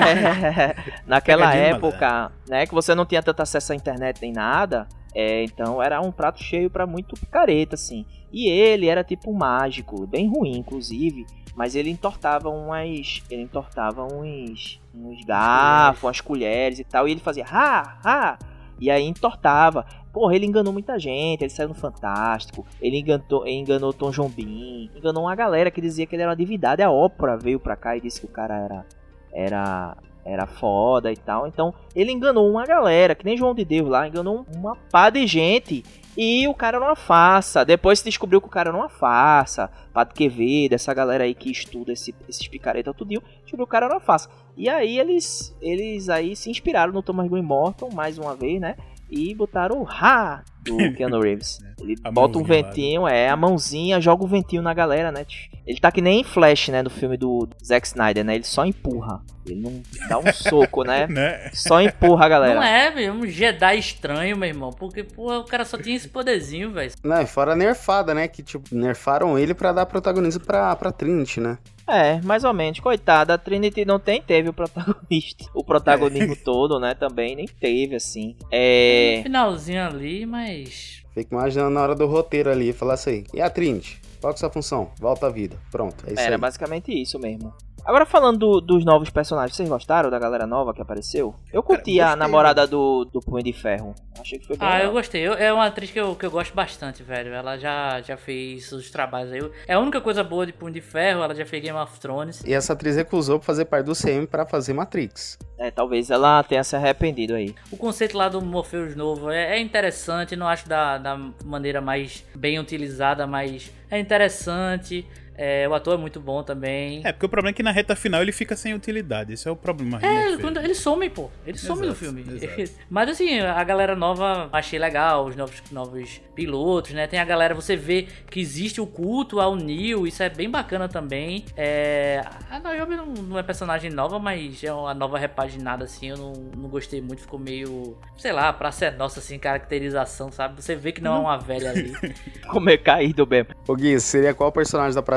naquela Pegadinha, época, né, que você não tinha tanto acesso à internet nem nada, é, então era um prato cheio pra muito picareta, assim. E ele era tipo um mágico, bem ruim, inclusive... Mas ele entortava umas. Ele entortava uns. uns garfos, umas colheres e tal. E ele fazia ha, ha. E aí entortava. Porra, ele enganou muita gente. Ele saiu no Fantástico. Ele enganou, enganou Tom Jobim. Enganou uma galera que dizia que ele era uma divindade. A Oprah veio pra cá e disse que o cara era. Era. Era foda e tal. Então, ele enganou uma galera. Que nem João de Deus lá. Enganou uma pá de gente. E o cara era uma farsa. Depois se descobriu que o cara era uma farsa. Pato Quevedo, essa galera aí que estuda esse, esses picareta tudinho, descobriu que o cara era uma farsa. E aí eles, eles aí se inspiraram no Thomas Green Morton, mais uma vez, né? E botaram o Ha do Keanu Reeves. Ele A bota um mãozinha ventinho, lá, né? é, a mãozinha, joga o ventinho na galera, né? Ele tá que nem Flash, né? No filme do Zack Snyder, né? Ele só empurra. Ele não dá um soco, né? Né? Só empurra a galera. Não é, velho, um Jedi estranho, meu irmão. Porque, porra, o cara só tinha esse poderzinho, velho. Não, e fora a nerfada, né? Que, tipo, nerfaram ele pra dar protagonismo pra, pra Trinity, né? É, mais ou menos. Coitada, a Trinity não tem, teve o protagonista. O protagonismo todo, né? Também nem teve, assim. É... No finalzinho ali, mas... Fica imaginando na hora do roteiro ali, falar assim, e a Trinity? Qual que é a sua função? Volta à vida. Pronto, é isso Era aí. basicamente isso mesmo. Agora falando do, dos novos personagens, vocês gostaram da galera nova que apareceu? Eu curti Cara, a gostei, namorada do, do Punho de Ferro. Achei que foi bem Ah, legal. eu gostei. Eu, é uma atriz que eu, que eu gosto bastante, velho. Ela já, já fez os trabalhos aí. Eu- É a única coisa boa de Punho de Ferro. Ela já fez Game of Thrones. E essa atriz recusou pra fazer parte do C M pra fazer Matrix. É, talvez ela tenha se arrependido aí. O conceito lá do Morpheus novo é, é interessante. Não acho da, da maneira mais bem utilizada, mas é interessante. É, o ator é muito bom também. É, porque o problema é que na reta final ele fica sem utilidade. Esse é o problema. É, quando ele some, pô. Ele some no Exato, filme. exato. Mas assim, a galera nova achei legal, os novos, novos pilotos, né? Tem a galera, você vê que existe o culto ao Neo, isso é bem bacana também. É, a Niobe não, não é personagem nova, mas é uma nova repaginada, assim, eu não, não gostei muito, ficou meio, sei lá, pra ser nossa, assim, caracterização, sabe? Você vê que não é uma velha ali. Como é caído mesmo. Ô Gui, seria qual personagem da Praça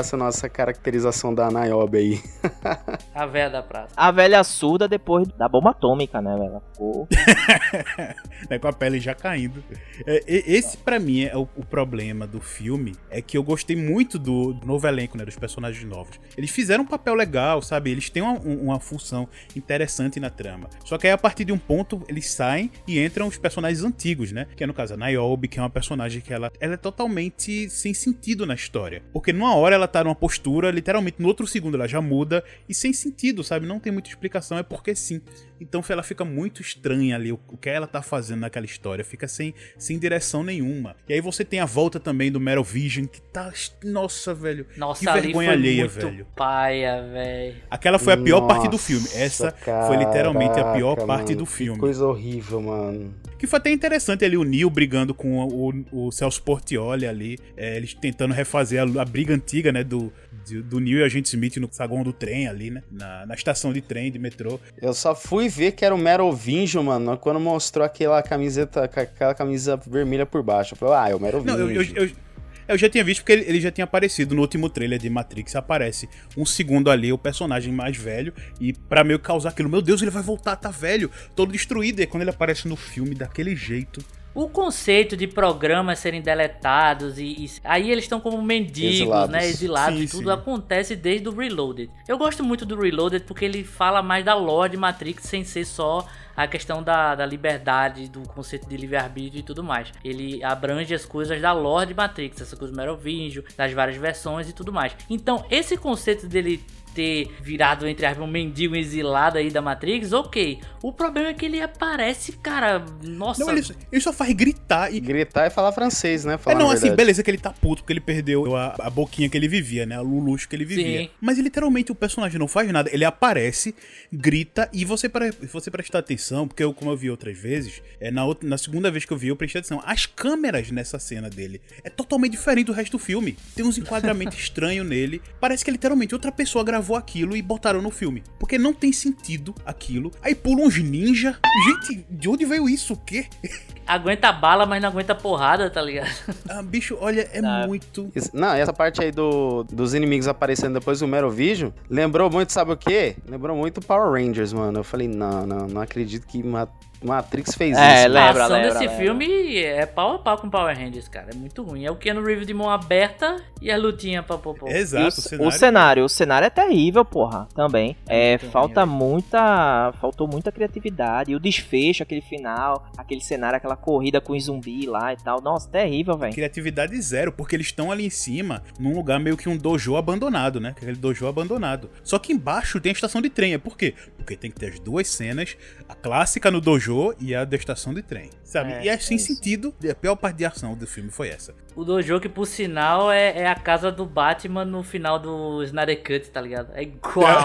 essa nossa caracterização da Niobe aí. A velha da praça. A velha surda depois da bomba atômica, né, velho? Ficou... né, com a pele já caindo. É, esse, pra mim, é o, o problema do filme. É que eu gostei muito do novo elenco, né? Dos personagens novos. Eles fizeram um papel legal, sabe? Eles têm uma, uma função interessante na trama. Só que aí, a partir de um ponto, eles saem e entram os personagens antigos, né? Que é, no caso, a Niobe, que é uma personagem que ela, ela é totalmente sem sentido na história. Porque numa hora ela tá numa postura, literalmente, no outro segundo ela já muda e sem sentido, sabe? Não tem muita explicação, é porque sim. Então ela fica muito estranha ali, o, o que ela tá fazendo naquela história, fica sem, sem direção nenhuma. E aí você tem a volta também do Metal Vision, que tá... Nossa, velho, Nossa, que vergonha ali foi alheia, muito velho. Paia, velho. Aquela foi a pior Nossa, parte do filme. Essa foi literalmente a pior caraca, parte mano, do filme. Que coisa horrível, mano. Que foi até interessante ali o Neo brigando com o, o Celso Portiolli ali, é, eles tentando refazer a, a briga antiga, né, do, do, do Neo e Agente Smith no saguão do trem ali, né, na, na estação de trem, de metrô. Eu só fui ver que era o Merovingian, mano, quando mostrou aquela camiseta, aquela camisa vermelha por baixo. Eu falei, ah, é o Merovingian. Não, eu, eu, eu, eu já tinha visto porque ele, ele já tinha aparecido no último trailer de Matrix, aparece um segundo ali, o personagem mais velho, e pra meio causar aquilo, meu Deus, ele vai voltar, tá velho, todo destruído, e aí, quando ele aparece no filme daquele jeito... O conceito de programas serem deletados e, e aí eles estão como mendigos, exilados. né, exilados, sim, e tudo sim. acontece desde o Reloaded. Eu gosto muito do Reloaded porque ele fala mais da lore de Matrix sem ser só a questão da, da liberdade, do conceito de livre-arbítrio e tudo mais. Ele abrange as coisas da lore de Matrix, essa coisa do Merovingian, das várias versões e tudo mais. Então, esse conceito dele ter virado, entre aspas, um mendigo exilado aí da Matrix, ok. O problema é que ele aparece, cara, nossa... Não, ele, ele só faz gritar e... Gritar e falar francês, né? Falar é, não, assim, beleza que ele tá puto porque ele perdeu a, a boquinha que ele vivia, né? O luxo que ele vivia. Sim. Mas literalmente o personagem não faz nada. Ele aparece, grita e você, para você prestar atenção, porque eu, como eu vi outras vezes, é, na, outra, na segunda vez que eu vi, eu prestei atenção. As câmeras nessa cena dele é totalmente diferente do resto do filme. Tem uns enquadramentos estranhos nele. Parece que literalmente outra pessoa gravou aquilo e botaram no filme. Porque não tem sentido aquilo. Aí pulam uns ninja. Gente, de onde veio isso? O quê? Aguenta bala, mas não aguenta porrada, tá ligado? Ah, bicho, olha, é ah. muito... Isso, não, essa parte aí do, dos inimigos aparecendo depois do Merovingian, lembrou muito, sabe o quê? Lembrou muito Power Rangers, mano. Eu falei, não, não, não acredito que uma... Matrix fez é, isso. Lembra, a ação lembra, desse lembra. filme é pau a pau com Power Rangers, cara. É muito ruim. É o Keanu Reeves de mão aberta e a lutinha pra pô, pô. Exato. O, o, cenário... o cenário, o cenário é terrível, porra. Também. É, é falta ruim, muita, faltou muita criatividade. E o desfecho, aquele final, aquele cenário, aquela corrida com os zumbi lá e tal. Nossa, terrível, velho. Criatividade zero, porque eles estão ali em cima, num lugar meio que um dojo abandonado, né? Aquele dojo abandonado. Só que embaixo tem a estação de trem. É por quê? Porque tem que ter as duas cenas, a clássica no dojo e a da estação de trem, sabe? É, e é sem é sentido. A pior parte de ação do filme foi essa. O dojo que, por sinal, é, é a casa do Batman no final do Snyder Cut, tá ligado? É igual.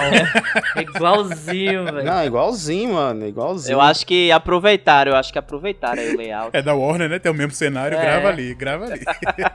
É igualzinho, velho. Não, é igualzinho, mano. É igualzinho. Eu acho que aproveitaram, eu acho que aproveitaram aí o layout. É da Warner, né? Tem o mesmo cenário, é. grava ali, grava ali.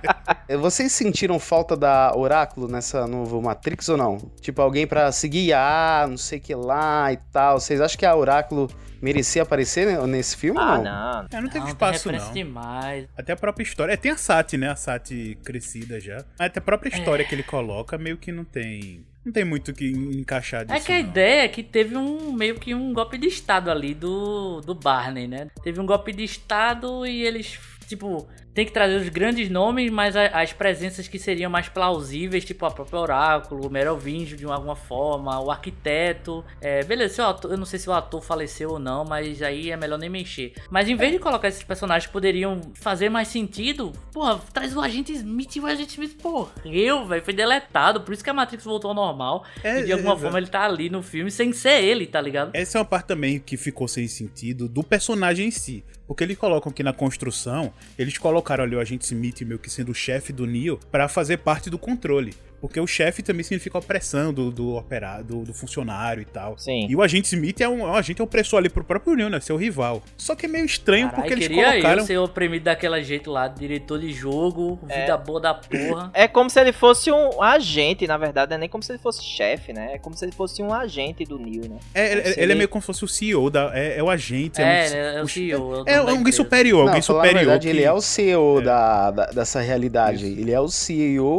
Vocês sentiram falta da Oráculo nessa novo Matrix ou não? Tipo, alguém pra seguir a não sei o que lá e tal. Vocês acham que a Oráculo merecia aparecer nesse filme ah, ou não? não? É, não teve não, espaço, tem não. Demais. Até a própria história. É, tem a Sati, né? A Sati crescida já. Até a própria história é. que ele coloca meio que não tem... Não tem muito o que encaixar disso. É que a não. ideia é que teve um meio que um golpe de estado ali do, do Barney, né? Teve um golpe de estado e eles, tipo... Tem que trazer os grandes nomes, mas as presenças que seriam mais plausíveis, tipo a própria Oráculo, o Merovingian de alguma forma, o Arquiteto. É, beleza, se o ator, eu não sei se o ator faleceu ou não, mas aí é melhor nem mexer. Mas em vez de colocar esses personagens que poderiam fazer mais sentido, porra, traz o Agente Smith e o Agente Smith morreu, velho, foi deletado. Por isso que a Matrix voltou ao normal. É, e de alguma é, forma é. ele tá ali no filme sem ser ele, tá ligado? Essa é uma parte também que ficou sem sentido do personagem em si. Porque eles colocam aqui na construção, eles colocaram ali o Agente Smith meio que sendo o chefe do Neo pra fazer parte do controle. Porque o chefe também significa opressão do, do operário, do, do funcionário e tal. Sim. E o Agente Smith é um, um agente opressor ali pro próprio Neo, né? Seu rival. Só que é meio estranho. Carai, porque eles queria colocaram... eu ser oprimido daquele jeito lá, diretor de jogo, vida é. boa da porra. É como se ele fosse um agente, na verdade, não é nem como se ele fosse chefe, né? É como se ele fosse um agente do Neo, né? É, ele, ele é meio como se fosse o C E O, da, é, é o agente. É, é, um, é o C E O. É, é alguém superior, não, alguém superior. Na verdade, que... ele é o C E O é. Da, da, dessa realidade. Isso. Ele é o C E O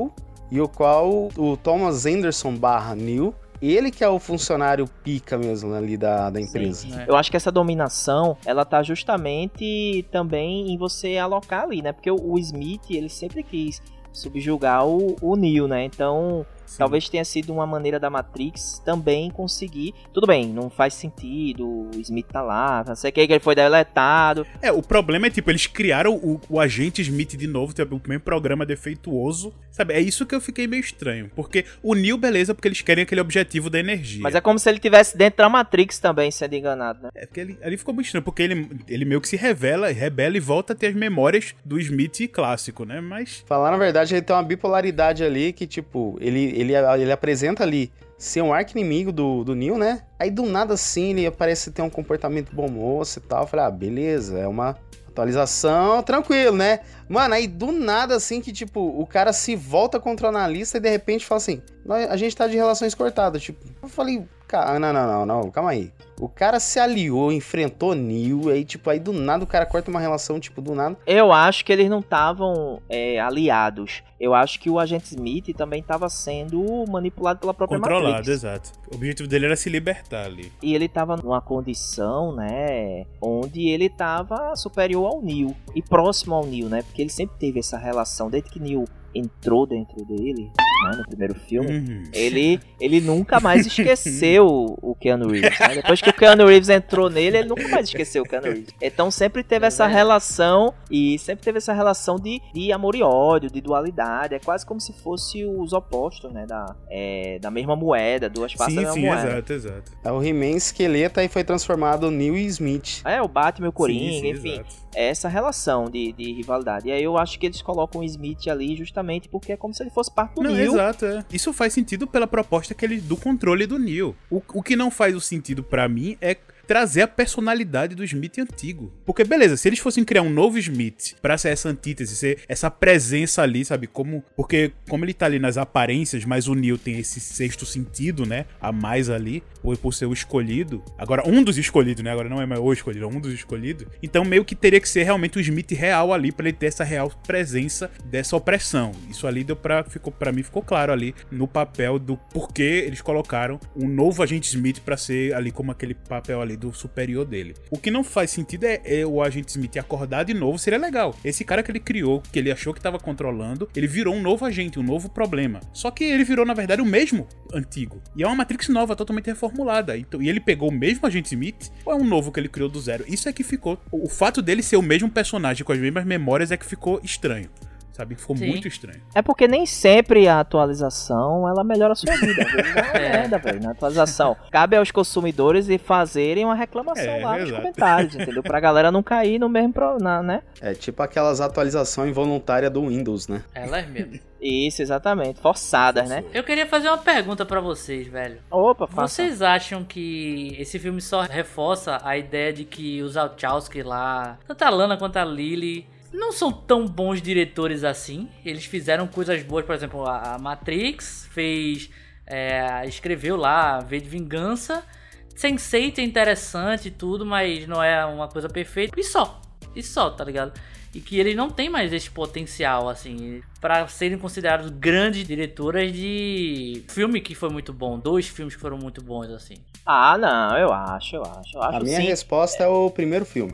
e o qual o Thomas Anderson barra Neo, ele que é o funcionário pica mesmo ali da, da empresa. Sim, eu acho que essa dominação, ela tá justamente também em você alocar ali, né? Porque o, o Smith, ele sempre quis subjugar o, o Neo, né? Então... Sim. Talvez tenha sido uma maneira da Matrix também conseguir... Tudo bem, não faz sentido, o Smith tá lá, não sei o que, que ele foi deletado. É, o problema é, tipo, eles criaram o, o agente Smith de novo, tipo, o mesmo programa defeituoso, sabe? É isso que eu fiquei meio estranho, porque o Neo, beleza, porque eles querem aquele objetivo da energia. Mas é como se ele tivesse dentro da Matrix também, sendo enganado, né? É, porque ele, ali ficou muito estranho, porque ele, ele meio que se revela, rebela e volta a ter as memórias do Smith clássico, né? Mas... Falar, na verdade, ele tem uma bipolaridade ali que, tipo, ele... Ele, ele apresenta ali ser um arqui-inimigo do, do Neo, né? Aí do nada assim ele parece ter um comportamento bom moço e tal. Eu falei, ah, beleza, é uma atualização, tranquilo, né? Mano, aí do nada assim que tipo, o cara se volta contra o analista e de repente fala assim, a gente tá de relações cortadas, tipo. Eu falei, cara, não, não, não, não, calma aí. O cara se aliou, enfrentou Neo, aí tipo, aí do nada o cara corta uma relação, tipo, do nada. Eu acho que eles não estavam é, aliados. Eu acho que o agente Smith também estava sendo manipulado pela própria Controlado, Matrix. exato. O objetivo dele era se libertar ali. E ele estava numa condição, né, onde ele estava superior ao Neo e próximo ao Neo, né, porque ele sempre teve essa relação, desde que Neo entrou dentro dele, né, no primeiro filme, uhum. ele, ele nunca mais esqueceu o Keanu Reeves, né? Depois que o Keanu Reeves entrou nele, ele nunca mais esqueceu o Keanu Reeves. Então sempre teve essa relação, e sempre teve essa relação de, de amor e ódio, de dualidade, é quase como se fosse os opostos, né, da, é, da mesma moeda, duas faces da mesma sim, moeda. Sim, exato, exato. É o He-Man esqueleto e foi transformado Neo e Smith. É, o Batman e o Coringa, sim, sim, enfim, exato. É essa relação de, de rivalidade. E aí eu acho que eles colocam o Smith ali justamente porque é como se ele fosse parte do não, Neo. Exato, é. Isso faz sentido pela proposta que ele, do controle do Neo. O, o que não faz o sentido pra mim é trazer a personalidade do Smith antigo. Porque, beleza, se eles fossem criar um novo Smith pra ser essa antítese, ser essa presença ali, sabe? Como, porque como ele tá ali nas aparências, mas o Neo tem esse sexto sentido, né? A mais ali, ou por ser o escolhido. Agora, um dos escolhidos, né? Agora não é mais o escolhido, é um dos escolhidos. Então, meio que teria que ser realmente o Smith real ali, pra ele ter essa real presença dessa opressão. Isso ali deu pra, ficou, pra mim ficou claro ali no papel do porquê eles colocaram um novo agente Smith pra ser ali como aquele papel ali do superior dele. O que não faz sentido é, é o agente Smith acordar de novo, seria legal. Esse cara que ele criou, que ele achou que estava controlando, ele virou um novo agente, um novo problema. Só que ele virou, na verdade, o mesmo antigo. E é uma Matrix nova, totalmente reformulada. Então, e ele pegou o mesmo agente Smith ou é um novo que ele criou do zero? Isso é que ficou... O fato dele ser o mesmo personagem com as mesmas memórias é que ficou estranho. Sabe? Ficou Sim. muito estranho. É porque nem sempre a atualização, ela melhora a sua vida. Às vezes é uma merda, velho, na atualização. Cabe aos consumidores e fazerem uma reclamação é, lá nos comentários, entendeu? Pra galera não cair no mesmo, pro, na, né? É tipo aquelas atualizações involuntárias do Windows, né? Elas mesmo. Isso, exatamente. Forçadas, né? Eu queria fazer uma pergunta pra vocês, velho. Opa, faça. Vocês acham que esse filme só reforça a ideia de que os Wachowski lá, tanto a Lana quanto a Lily, não são tão bons diretores assim? Eles fizeram coisas boas, por exemplo, a Matrix fez, é, escreveu lá V de Vingança. sense eight é interessante e tudo, mas não é uma coisa perfeita. E só, e só, tá ligado? E que eles não têm mais esse potencial, assim, pra serem considerados grandes diretoras de filme que foi muito bom. Dois filmes que foram muito bons, assim. Ah, não, eu acho, eu acho. Eu acho a minha sim. resposta é o primeiro filme.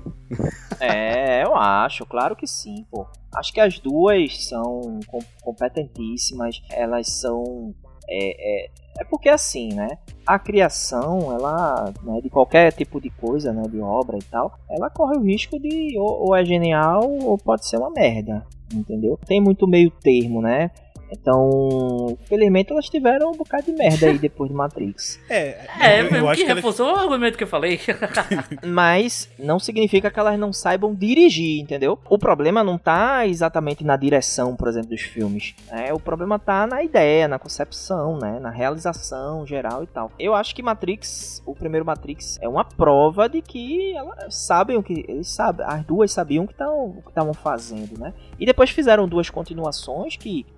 É, eu acho, claro que sim, pô. Acho que as duas são com- competentíssimas, elas são... É, é, é porque assim, né? A criação, ela, né, de qualquer tipo de coisa, né, de obra e tal, ela corre o risco de ou, ou é genial ou pode ser uma merda, entendeu? Tem muito meio termo, né? Então, felizmente elas tiveram um bocado de merda aí depois de Matrix. É, é eu, eu, eu acho que, que reforçou elas... o argumento que eu falei. Mas não significa que elas não saibam dirigir, entendeu? O problema não tá exatamente na direção, por exemplo, dos filmes. Né? O problema tá na ideia, na concepção, né? Na realização geral e tal. Eu acho que Matrix, o primeiro Matrix, é uma prova de que elas sabem o que... Eles sabem, as duas sabiam o que estavam fazendo, né? E depois fizeram duas continuações que, na minha opinião,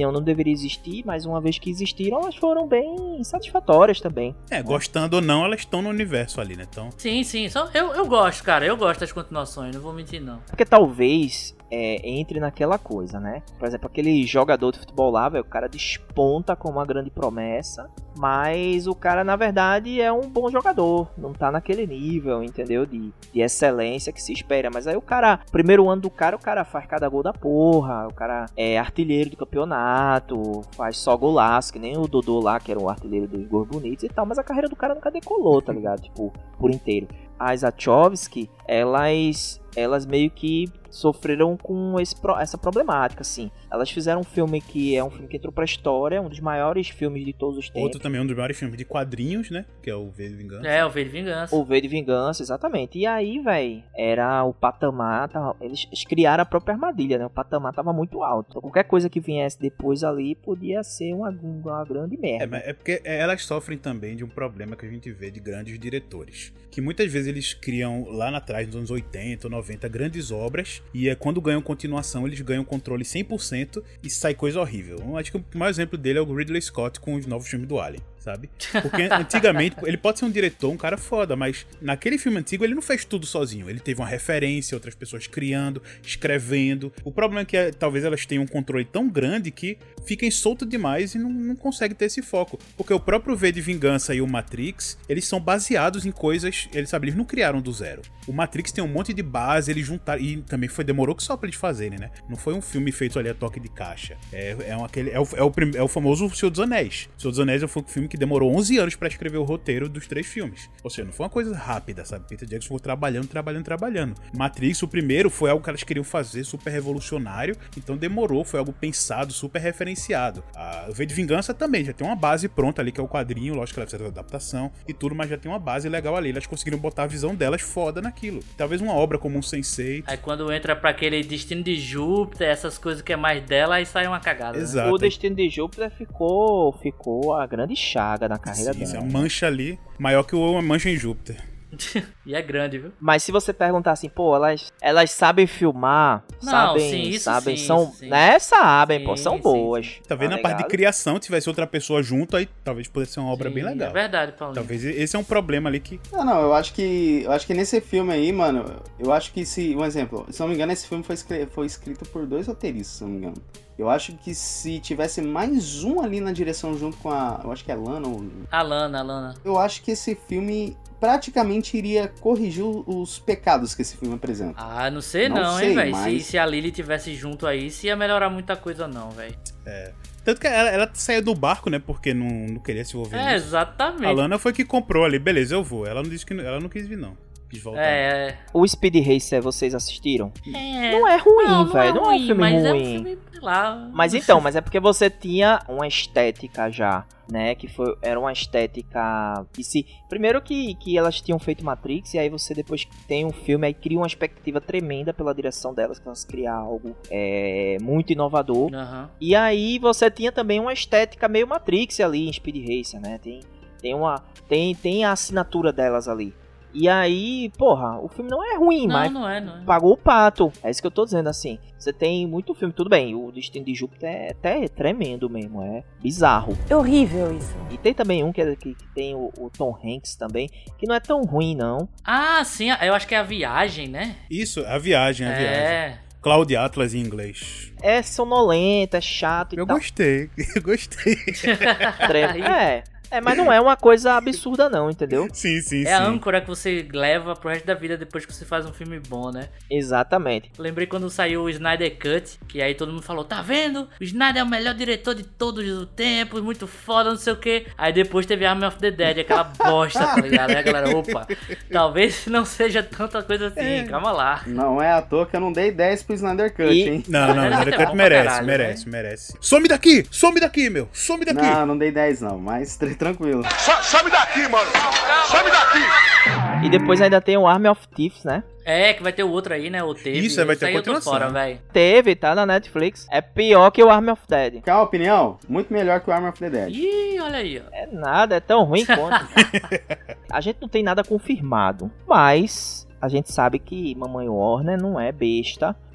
opinião, não deveria existir, mas uma vez que existiram, elas foram bem satisfatórias também. É, gostando ou não, elas estão no universo ali, né? Então... Sim, sim. Só, eu, eu gosto, cara. Eu gosto das continuações, não vou mentir, não. Porque talvez é, entre naquela coisa, né? Por exemplo, aquele jogador de futebol lá, velho, o cara desponta como uma grande promessa, mas o cara, na verdade, é um bom jogador. Não tá naquele nível, entendeu? De, de excelência que se espera. Mas aí o cara, primeiro ano do cara, o cara faz cada gol da porra, o cara é artilheiro do campeonato, faz só golaço, que nem o Dodô lá, que era o artilheiro dos gols bonitos e tal, mas a carreira do cara nunca decolou, tá ligado? Tipo, por inteiro. As Wachowski, elas, elas meio que sofreram com esse, essa problemática, assim. Elas fizeram um filme que é um filme que entrou pra história, um dos maiores filmes de todos os tempos. Outro também, um dos maiores filmes de quadrinhos, né? Que é o V de Vingança. É, o V de Vingança. O V de Vingança, exatamente. E aí, velho, era o patamar, tava, eles, eles criaram a própria armadilha, né? O patamar tava muito alto. Então, qualquer coisa que viesse depois ali podia ser uma, uma grande merda. É, mas é porque elas sofrem também de um problema que a gente vê de grandes diretores. Que muitas vezes eles criam lá atrás, nos anos oitenta ou noventa, grandes obras, e é quando ganham continuação, eles ganham controle cem por cento e sai coisa horrível. Eu acho que o maior exemplo dele é o Ridley Scott com os novos filmes do Alien, sabe? Porque antigamente, ele pode ser um diretor, um cara foda, mas naquele filme antigo ele não fez tudo sozinho. Ele teve uma referência, outras pessoas criando, escrevendo. O problema é que é, talvez elas tenham um controle tão grande que fiquem soltos demais e não, não conseguem ter esse foco. Porque o próprio V de Vingança e o Matrix, eles são baseados em coisas, eles, sabe, eles não criaram do zero. O Matrix tem um monte de base, eles juntaram, e também foi, demorou que só pra eles fazerem, né? Não foi um filme feito ali a toque de caixa. É, é, um, aquele, é, o, é, o, é o famoso Senhor dos Anéis. O Senhor dos Anéis foi um filme que demorou onze anos pra escrever o roteiro dos três filmes. Ou seja, não foi uma coisa rápida, sabe? Peter Jackson foi trabalhando, trabalhando, trabalhando. Matrix, o primeiro, foi algo que elas queriam fazer super revolucionário, então demorou, foi algo pensado, super referenciado. A V de Vingança também, já tem uma base pronta ali, que é o quadrinho, lógico que ela precisa da adaptação e tudo, mas já tem uma base legal ali. Elas conseguiram botar a visão delas foda naquilo. Talvez uma obra como um sense eight. Aí quando entra pra aquele Destino de Júpiter, essas coisas que é mais dela, aí sai uma cagada. Exato. Né? O Destino de Júpiter ficou, ficou a grande chaga na carreira Sim, dela. Isso, a mancha ali, maior que uma mancha em Júpiter. E é grande, viu? Mas se você perguntar assim, pô, elas, elas sabem filmar, Não, sabem, sim, isso sabem, sim, são, isso sim. né, sabem, Sim, pô, são sim, boas. sim. Talvez tá na parte de ligado? criação tivesse outra pessoa junto, aí talvez pudesse ser uma obra Sim, bem legal. É verdade, Paulinho. Talvez esse é um problema ali que... Não, não, eu acho que. Eu acho que nesse filme aí, mano, eu acho que se. Um exemplo, se não me engano, esse filme foi, escri- foi escrito por dois roteiristas, se não me engano. Eu acho que se tivesse mais um ali na direção junto com a. Eu acho que é a Lana ou. A Lana, a Lana. Eu acho que esse filme praticamente iria corrigir os pecados que esse filme apresenta. Ah, não sei não, Não hein, sei, velho. mas- Se, se a Lily tivesse junto aí, se ia melhorar muita coisa não, velho. É. Tanto que ela, ela saiu do barco, né? Porque não, não queria se envolver É, nisso. exatamente. A Lana foi que comprou ali, beleza, eu vou. Ela não disse que ela não quis vir, não. Quis voltar. É, é. O Speed Racer, vocês assistiram? É. Não é ruim, Não, não é velho, não, é um ruim, filme mas ruim. é um filme, sei lá. Mas então, mas é porque você tinha uma estética já, né? Que foi, era uma estética que se... Primeiro que, que elas tinham feito Matrix, e aí você depois tem um filme, aí cria uma expectativa tremenda pela direção delas, que elas criam algo é, muito inovador. Aham. E aí você tinha também uma estética meio Matrix ali em Speed Racer, né? Tem, tem, uma, tem, tem a assinatura delas ali. E aí, porra, o filme não é ruim, Não, mas não é, não é. pagou o pato. É isso que eu tô dizendo, assim. Você tem muito filme, tudo bem, o Destino de Júpiter é até tremendo mesmo, é bizarro. É horrível isso. E tem também um que, é, que, que tem o, o Tom Hanks também, que não é tão ruim, não. Ah, sim, eu acho que é A Viagem, né? Isso, a viagem, a viagem. É. Cloud Atlas em inglês. É sonolento, é chato e Eu tal. gostei, eu gostei. Tre- É, é, mas não é uma coisa absurda não, entendeu? Sim, sim, É sim. a âncora que você leva pro resto da vida depois que você faz um filme bom, né? Exatamente. Lembrei quando saiu o Snyder Cut, que aí todo mundo falou, tá vendo? O Snyder é o melhor diretor de todos os tempos, muito foda, não sei o que. Aí depois teve Army of the Dead, aquela bosta, tá ligado? Aí a galera, opa, talvez não seja tanta coisa assim, É. calma lá. Não é à toa que eu não dei dez pro Snyder Cut, E- hein? Não, não, Ele o é Cut bom pra merece, caralho, merece, merece. Some daqui! Some daqui, meu! Some daqui! Não, não dei dez não, mas tr- tranquilo. Some daqui, mano. Some daqui. E depois ainda tem o Army of Thieves, né? É, que vai ter o outro aí, né? O teve. Isso, aí vai esse ter aí eu tô continuação. fora, velho. Teve, tá na Netflix. É pior que o Army of Dead. Quer uma opinião? Muito melhor que o Army of the Dead. Ih, olha aí, ó. É nada, é tão ruim quanto. A gente não tem nada confirmado, mas a gente sabe que Mamãe Warner não é besta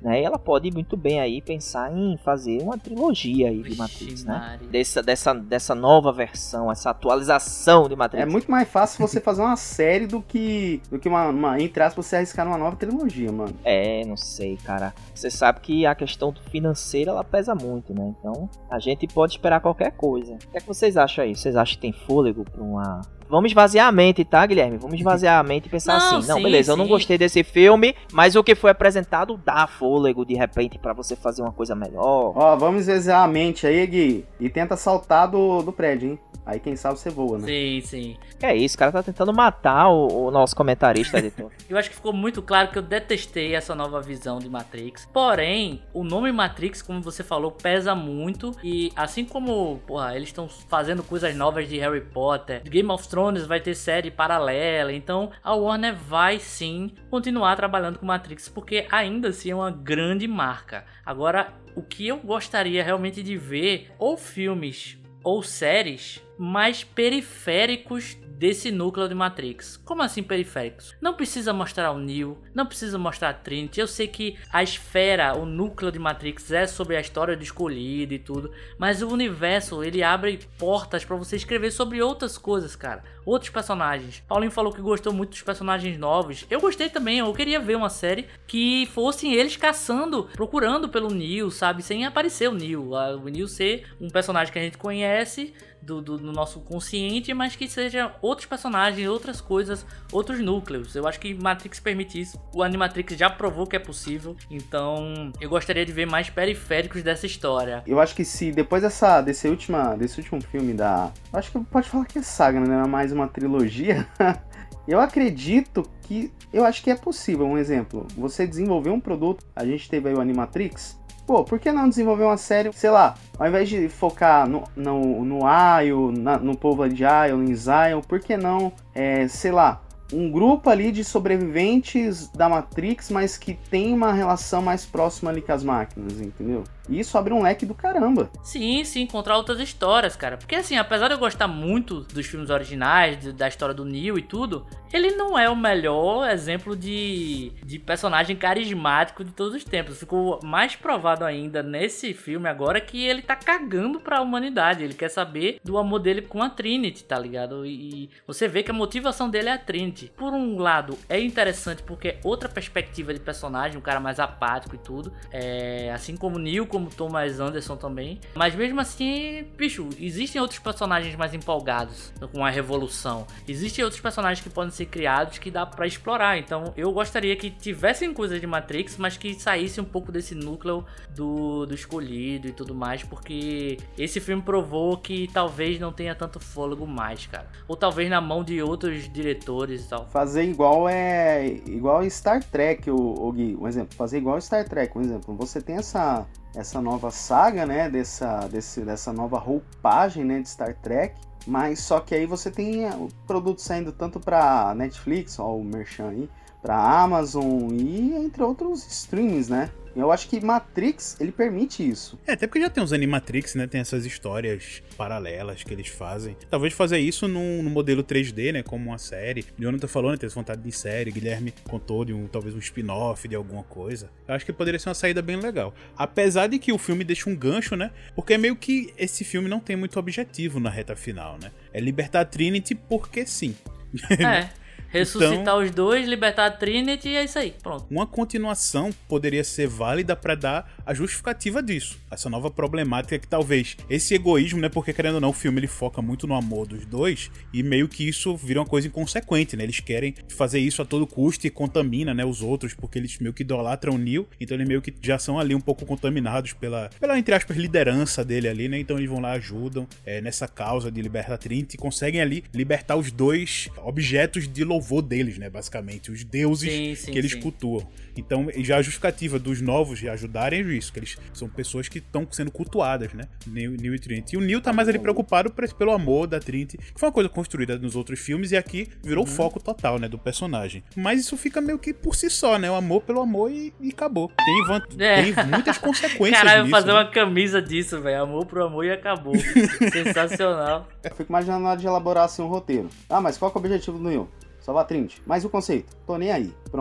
né? E ela pode muito bem aí pensar em fazer uma trilogia aí de Matrix, né? Dessa, dessa, dessa nova versão, essa atualização de Matrix. É muito mais fácil você fazer uma série do que, do que uma, uma, entre aspas, você arriscar numa nova trilogia, mano. É, não sei, cara. Você sabe que a questão financeira, ela pesa muito, né? Então, a gente pode esperar qualquer coisa. O que é que vocês acham aí? Vocês acham que tem fôlego pra uma... Vamos esvaziar a mente, tá, Guilherme? Vamos esvaziar a mente e pensar não, assim, não, sim, beleza, sim. eu não gostei desse filme, mas o que foi apresentado dá fôlego, de repente, pra você fazer uma coisa melhor. Ó, vamos esvaziar a mente aí, Gui, e tenta saltar do, do prédio, hein? Aí quem sabe você voa, né? Sim, sim. Que é isso, o cara tá tentando matar o, o nosso comentarista, editor. Eu acho que ficou muito claro que eu detestei essa nova visão de Matrix. Porém, o nome Matrix, como você falou, pesa muito. E assim como, porra, eles estão fazendo coisas novas de Harry Potter, Game of Thrones vai ter série paralela. Então, a Warner vai sim continuar trabalhando com Matrix, porque ainda assim é uma grande marca. Agora, o que eu gostaria realmente de ver, ou filmes ou séries mais periféricos desse núcleo de Matrix. Como assim periféricos? Não precisa mostrar o Neo, não precisa mostrar a Trinity. Eu sei que a esfera, o núcleo de Matrix é sobre a história do escolhido e tudo, mas o universo, ele abre portas pra você escrever sobre outras coisas, cara. Outros personagens. Paulinho falou que gostou muito dos personagens novos. Eu gostei também, eu queria ver uma série que fossem eles caçando, procurando pelo Neo, sabe? Sem aparecer o Neo. O Neo ser um personagem que a gente conhece Do, do, do nosso consciente, mas que seja outros personagens, outras coisas, outros núcleos. Eu acho que Matrix permite isso. O Animatrix já provou que é possível, então eu gostaria de ver mais periféricos dessa história. Eu acho que se depois dessa, desse, última, desse último filme da... Eu acho que pode falar que é saga, né? Não é mais uma trilogia. Eu acredito que... Eu acho que é possível. Um exemplo, você desenvolver um produto, a gente teve aí o Animatrix. Pô, por que não desenvolver uma série, sei lá, ao invés de focar no, no, no Isle, na, no povo de Isle, em Zion, por que não, é, sei lá, um grupo ali de sobreviventes da Matrix, mas que tem uma relação mais próxima ali com as máquinas, entendeu? E isso abre um leque do caramba. Sim, sim, encontrar outras histórias, cara. Porque assim, apesar de eu gostar muito dos filmes originais, de, da história do Neo e tudo, ele não é o melhor exemplo de, de personagem carismático de todos os tempos. Ficou mais provado ainda nesse filme agora que ele tá cagando pra humanidade. Ele quer saber do amor dele com a Trinity, tá ligado? E, e você vê que a motivação dele é a Trinity. Por um lado, é interessante porque é outra perspectiva de personagem, um cara mais apático e tudo. É, assim como o Neo, como Thomas Anderson também. Mas mesmo assim, bicho, existem outros personagens mais empolgados com a revolução. Existem outros personagens que podem ser criados que dá pra explorar. Então eu gostaria que tivessem coisas de Matrix, mas que saísse um pouco desse núcleo do, do escolhido e tudo mais, porque esse filme provou que talvez não tenha tanto fôlego mais, cara. Ou talvez na mão de outros diretores e tal. Fazer igual é... igual Star Trek, o, o Gui, um exemplo. Fazer igual Star Trek, um exemplo. Você tem essa... essa nova saga, né, dessa, desse, dessa nova roupagem, né, de Star Trek, mas só que aí você tem o produto saindo tanto para Netflix, ó, o Merchan aí, para Amazon e entre outros streams, né? Eu acho que Matrix, ele permite isso. É, até porque já tem os Animatrix, né? Tem essas histórias paralelas que eles fazem. Talvez fazer isso num, num modelo três D, né? Como uma série. O Jonathan falou, né? Tem vontade de série. Guilherme contou de um, talvez um spin-off de alguma coisa. Eu acho que poderia ser uma saída bem legal. Apesar de que o filme deixa um gancho, né? Porque é meio que esse filme não tem muito objetivo na reta final, né? É libertar a Trinity porque sim. É. Ressuscitar então, os dois, libertar a Trinity e é isso aí, pronto. Uma continuação poderia ser válida pra dar a justificativa disso. Essa nova problemática que talvez esse egoísmo, né? Porque querendo ou não, o filme ele foca muito no amor dos dois e meio que isso vira uma coisa inconsequente, né? Eles querem fazer isso a todo custo e contamina, né, os outros, porque eles meio que idolatram o Neo, então eles meio que já são ali um pouco contaminados pela, pela entre aspas, liderança dele ali, né? Então eles vão lá, ajudam é, nessa causa de libertar a Trinity e conseguem ali libertar os dois objetos de louvor deles, né, basicamente, os deuses sim, sim, que eles sim. cultuam. Então, já a justificativa dos novos de ajudarem é isso, que eles são pessoas que estão sendo cultuadas, né, Neo, Neo e Trinity. E o Neo tá mais ali preocupado pelo amor da Trinity, que foi uma coisa construída nos outros filmes e aqui virou o uhum. foco total, né, do personagem. Mas isso fica meio que por si só, né, o amor pelo amor e, e acabou. Tem, van... é. Tem muitas consequências Caralho, nisso. Caralho, fazer né? uma camisa disso, velho, amor pro amor e acabou. Sensacional. Eu fico imaginando na hora de elaborar assim um roteiro. Ah, mas qual que é o objetivo do Neo? Salvar a Trinity. Mas o conceito? Tô nem aí. Pronto.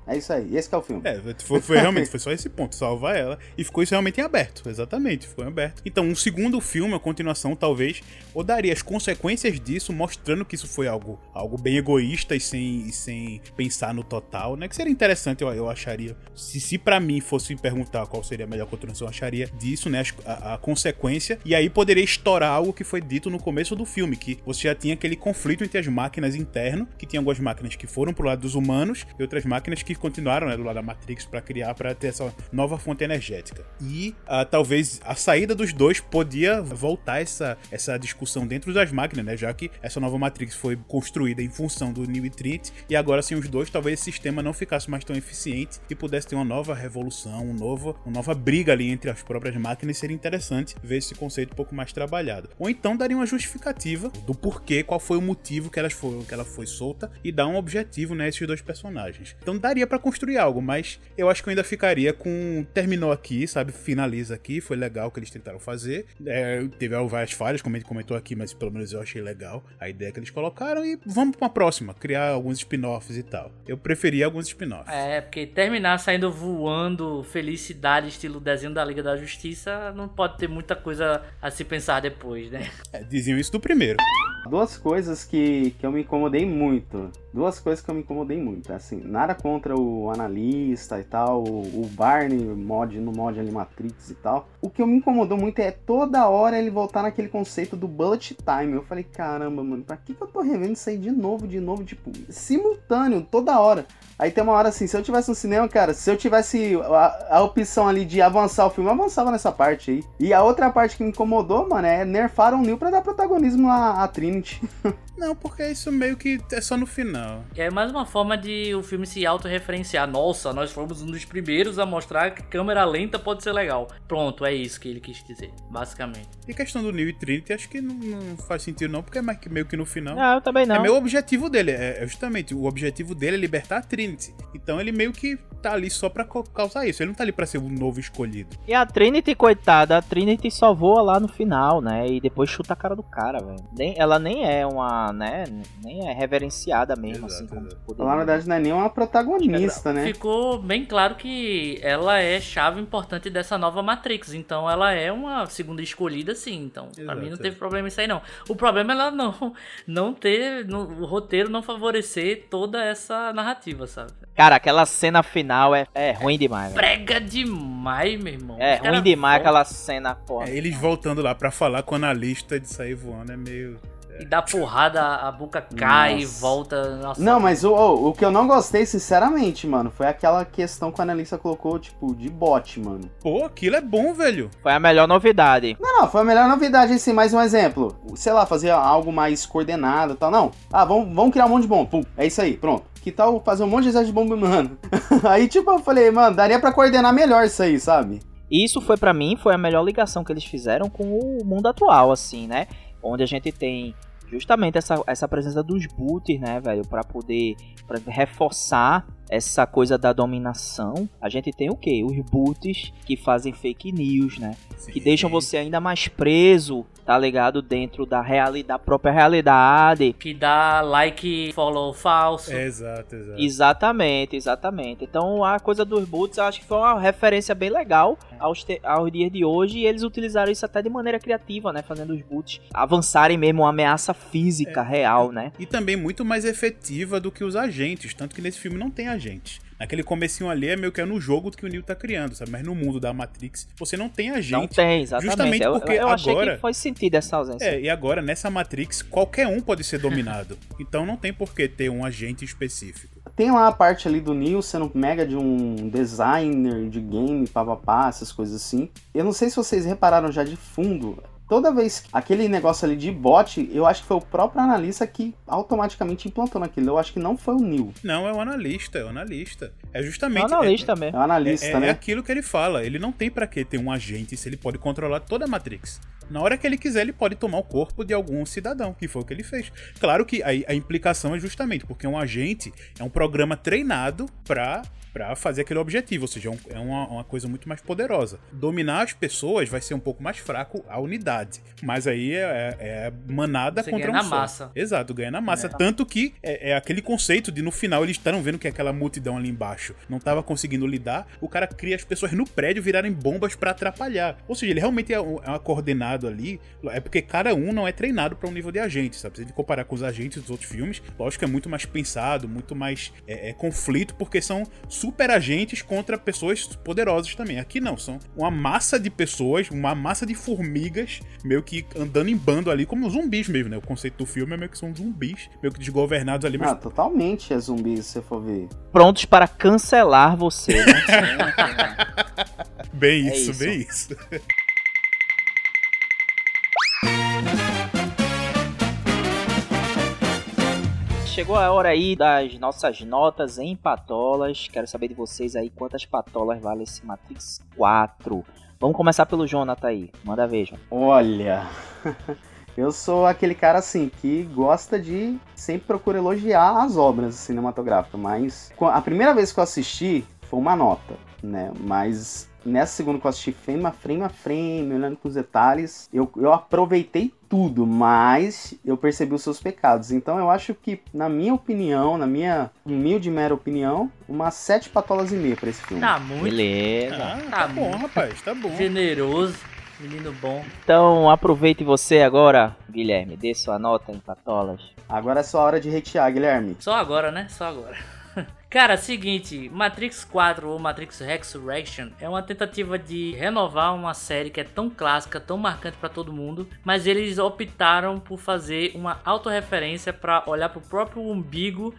É isso aí, esse que é o filme. É, foi, foi realmente, foi só esse ponto, salvar ela. E ficou isso realmente em aberto, exatamente, ficou em aberto. Então, um segundo filme, a continuação, talvez, ou daria as consequências disso, mostrando que isso foi algo, algo bem egoísta e sem, e sem pensar no total, né? Que seria interessante, eu, eu acharia. Se, se pra mim fosse perguntar qual seria a melhor continuação, eu acharia disso, né? A, a consequência. E aí poderia estourar algo que foi dito no começo do filme, que você já tinha aquele conflito entre as máquinas interno, que tinha algumas máquinas que foram pro lado dos humanos e outras máquinas que continuaram, né, do lado da Matrix pra criar, pra ter essa nova fonte energética. E uh, talvez a saída dos dois podia voltar essa, essa discussão dentro das máquinas, né? Já que essa nova Matrix foi construída em função do Neo e Trinity, e agora sem os dois, talvez esse sistema não ficasse mais tão eficiente e pudesse ter uma nova revolução, um novo, uma nova briga ali entre as próprias máquinas. Seria interessante ver esse conceito um pouco mais trabalhado. Ou então daria uma justificativa do porquê, qual foi o motivo que, elas foram, que ela foi solta, e dar um objetivo, né, a esses dois personagens. Então daria pra construir algo, mas eu acho que eu ainda ficaria com... Terminou aqui, sabe? Finaliza aqui, foi legal o que eles tentaram fazer. É, teve várias falhas, como a gente comentou aqui, mas pelo menos eu achei legal a ideia que eles colocaram, e vamos pra uma próxima, criar alguns spin-offs e tal. Eu preferia alguns spin-offs. É, porque terminar saindo voando, felicidade, estilo desenho da Liga da Justiça, não pode ter muita coisa a se pensar depois, né? É, diziam isso do primeiro. Duas coisas que, que eu me incomodei muito. Duas coisas que eu me incomodei muito. Assim, nada contra o analista e tal, o, o Barney mod, no mod Animatrix e tal. O que eu me incomodou muito é toda hora ele voltar naquele conceito do bullet time. Eu falei, caramba, mano, pra que, que eu tô revendo isso aí de novo, de novo, tipo, simultâneo, toda hora. Aí tem uma hora assim, se eu tivesse no cinema, cara, se eu tivesse a, a opção ali de avançar o filme, eu avançava nessa parte aí. E a outra parte que me incomodou, mano, é nerfaram o Neo pra dar protagonismo à, à Trinity. Não, porque isso meio que é só no final. É mais uma forma de o filme se autorreferenciar. Nossa, nós fomos um dos primeiros a mostrar que câmera lenta pode ser legal. Pronto, é isso que ele quis dizer, basicamente. E a questão do Neo e Trinity, acho que não, não faz sentido não, porque é mais que, meio que no final... Não, eu também não. É meio objetivo dele, é, é justamente, o objetivo dele é libertar a Trinity. Então ele meio que tá ali só pra causar isso, ele não tá ali pra ser o novo escolhido. E a Trinity, coitada, a Trinity só voa lá no final, né, e depois chuta a cara do cara, velho. Ela nem é uma, né, nem é reverenciada mesmo, exato, assim. Como ela, na verdade, não é nem uma protagonista, né? Ficou bem claro que ela é chave importante dessa nova Matrix, então ela é uma segunda escolhida, sim. Então, exato, pra mim não teve problema isso aí, não. O problema é ela não, não ter, no, o roteiro não favorecer toda essa narrativa, sabe? Cara, aquela cena final é, é ruim demais, velho. Prega demais, meu irmão. É ruim demais voltam... aquela cena, porra. É, eles voltando lá pra falar com o analista de sair voando é meio... E dá porrada, a boca cai e volta. Nossa. Não, mas o, o, o que eu não gostei, sinceramente, mano, foi aquela questão que o analista colocou, tipo, de bot, mano. Pô, aquilo é bom, velho. Foi a melhor novidade. Não, não, foi a melhor novidade, assim, mais um exemplo. Sei lá, fazer algo mais coordenado e tal. Não, ah, vamos, vamos criar um monte de bomba. Pum, é isso aí, pronto. Que tal fazer um monte de exército de bomba, mano? Aí, tipo, eu falei, mano, daria pra coordenar melhor isso aí, sabe? Isso foi, pra mim, foi a melhor ligação que eles fizeram com o mundo atual, assim, né? Onde a gente tem justamente essa, essa presença dos booters, né, velho, pra poder pra reforçar essa coisa da dominação. A gente tem o quê? Os booters que fazem fake news, né? Sim. Que deixam você ainda mais preso, tá ligado? Dentro da, reali- da própria realidade. Que dá like, follow falso. É, exato, exato. Exatamente, exatamente. Então a coisa dos booters eu acho que foi uma referência bem legal aos, te- aos dias de hoje, e eles utilizaram isso até de maneira criativa, né? Fazendo os booters avançarem mesmo uma ameaça física, é, real, né? E também muito mais efetiva do que os agentes, tanto que nesse filme não tem agente. Naquele comecinho ali é meio que é no jogo que o Neo tá criando, sabe? Mas no mundo da Matrix você não tem agente. Não tem, exatamente. Justamente porque eu, eu agora... achei que faz sentido essa ausência. É, e agora nessa Matrix qualquer um pode ser dominado. Então não tem por que ter um agente específico. Tem lá a parte ali do Neo sendo mega de um designer de game, papapá, essas coisas assim. Eu não sei se vocês repararam já de fundo... Toda vez aquele negócio ali de bot, eu acho que foi o próprio analista que automaticamente implantou naquilo. Eu acho que não foi o Neo. Não, é o analista, é o analista. É justamente... É o analista é, mesmo. É o analista, é, né? É aquilo que ele fala. Ele não tem pra que ter um agente se ele pode controlar toda a Matrix. Na hora que ele quiser, ele pode tomar o corpo de algum cidadão, que foi o que ele fez. Claro que a, a implicação é justamente porque um agente é um programa treinado pra... pra fazer aquele objetivo, ou seja, é uma, uma coisa muito mais poderosa. Dominar as pessoas vai ser um pouco mais fraco a unidade qualidade. Mas aí é, é manada Você contra ganha um na só. massa. Exato, ganha na massa. É. Tanto que é, é aquele conceito de no final eles estavam vendo que aquela multidão ali embaixo não estava conseguindo lidar, o cara cria as pessoas no prédio virarem bombas pra atrapalhar. Ou seja, ele realmente é, um, é uma coordenado ali, é porque cada um não é treinado pra um nível de agente, sabe? Se a gente comparar com os agentes dos outros filmes, lógico que é muito mais pensado, muito mais é, é, conflito, porque são super agentes contra pessoas poderosas também. Aqui não, são uma massa de pessoas, uma massa de formigas, meio que andando em bando ali, como zumbis mesmo, né? O conceito do filme é meio que são zumbis, meio que desgovernados ali. Mas... Ah, totalmente é zumbi, se você for ver. Prontos para cancelar você, né? Bem É isso, isso. bem isso. Chegou a hora aí das nossas notas em patolas. Quero saber de vocês aí quantas patolas vale esse Matrix quatro. Vamos começar pelo Jonathan aí. Manda ver, Jonathan. Olha, eu sou aquele cara assim que gosta de sempre procura elogiar as obras cinematográficas, mas a primeira vez que eu assisti foi uma nota, né? Mas nessa segunda que eu assisti frame a frame a frame, olhando com os detalhes, eu, eu aproveitei tudo, mas eu percebi os seus pecados. Então eu acho que, na minha opinião, na minha humilde e mera opinião, umas sete patolas e meia pra esse filme. Tá muito. Beleza. Ah, Tá tá bom, muito. rapaz, tá bom. Generoso. Menino bom. Então aproveite você agora, Guilherme. Dê sua nota em patolas. Agora é sua hora de hatear, Guilherme. Só agora, né? Só agora. Cara, seguinte, Matrix quatro ou Matrix Resurrection é uma tentativa de renovar uma série que é tão clássica, tão marcante pra todo mundo, mas eles optaram por fazer uma autorreferência pra olhar pro próprio umbigo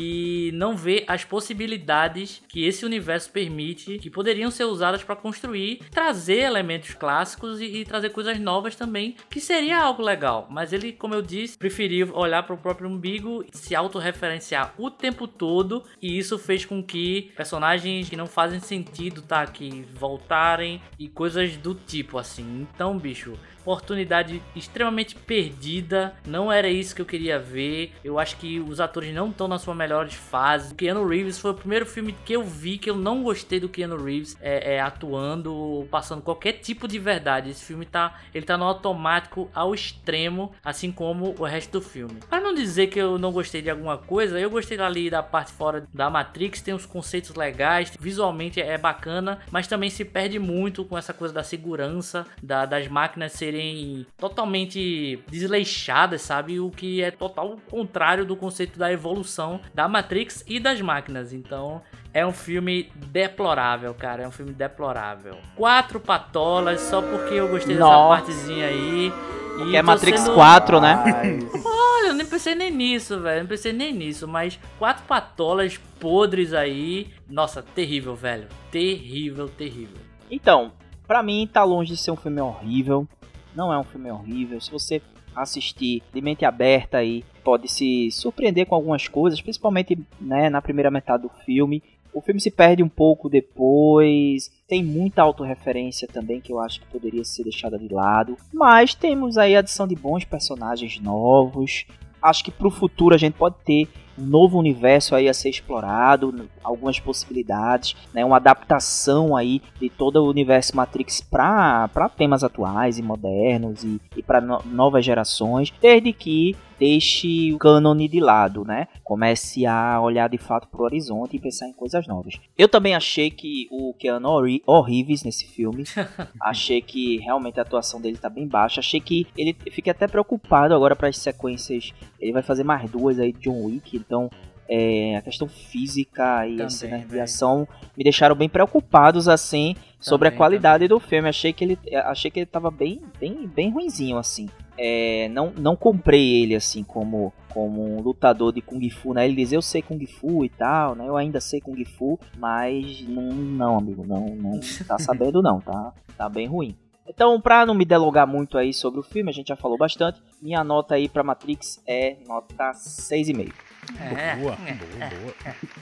e não ver as possibilidades que esse universo permite, que poderiam ser usadas pra construir, trazer elementos clássicos e, e trazer coisas novas também, que seria algo legal. Mas ele, como eu disse, preferiu olhar pro próprio umbigo, se autorreferenciar o tempo todo, e isso fez com que personagens que não fazem sentido tá aqui voltarem e coisas do tipo assim. Então, bicho, oportunidade extremamente perdida, não era isso que eu queria ver. Eu acho que os atores não estão nas suas melhores fases. O Keanu Reeves foi o primeiro filme que eu vi que eu não gostei do Keanu Reeves é, é, atuando, passando qualquer tipo de verdade. Esse filme tá, ele tá no automático ao extremo, assim como o resto do filme. Para não dizer que eu não gostei de alguma coisa, eu gostei ali da parte fora da Matrix, tem uns conceitos legais, visualmente é bacana, mas também se perde muito com essa coisa da segurança, da, das máquinas serem totalmente desleixadas, sabe? O que é total contrário do conceito da evolução da Matrix e das máquinas. Então, é um filme deplorável, cara. É um filme deplorável. Quatro patolas, só porque eu gostei dessa Nossa. partezinha aí. E Que é tô Matrix sendo- quatro, né? Olha, eu nem pensei nem nisso, velho. Não pensei nem nisso. Mas quatro patolas podres aí. Nossa, terrível, velho. Terrível, terrível. Então, pra mim tá longe de ser um filme horrível. Não é um filme horrível. Se você assistir de mente aberta aí, pode se surpreender com algumas coisas, principalmente, né, na primeira metade do filme. O filme se perde um pouco depois, tem muita autorreferência também que eu acho que poderia ser deixada de lado. Mas temos aí a adição de bons personagens novos. Acho que pro futuro a gente pode ter um novo universo aí a ser explorado, algumas possibilidades, né, uma adaptação aí de todo o universo Matrix para para temas atuais e modernos e, e para no, novas gerações, desde que deixe o cânone de lado, né? Comece a olhar de fato pro horizonte e pensar em coisas novas. Eu também achei que o Keanu horríveis nesse filme. Achei que realmente a atuação dele tá bem baixa. Achei que ele fica até preocupado agora para as sequências. Ele vai fazer mais duas aí de John Wick, então é, a questão física e Também, as cenas de velho. ação me deixaram bem preocupados assim sobre Também, a qualidade do filme. Achei que ele achei que ele tava bem bem bem ruinzinho assim. É, não, não comprei ele assim como, como um lutador de Kung Fu, né? Ele diz, eu sei Kung Fu e tal, né? Eu ainda sei Kung Fu, mas não, não amigo, não, não tá sabendo não, tá, tá bem ruim. Então, pra não me delongar muito aí sobre o filme, a gente já falou bastante, minha nota aí pra Matrix é nota seis vírgula cinco. É, Boa, é, boa, é. boa.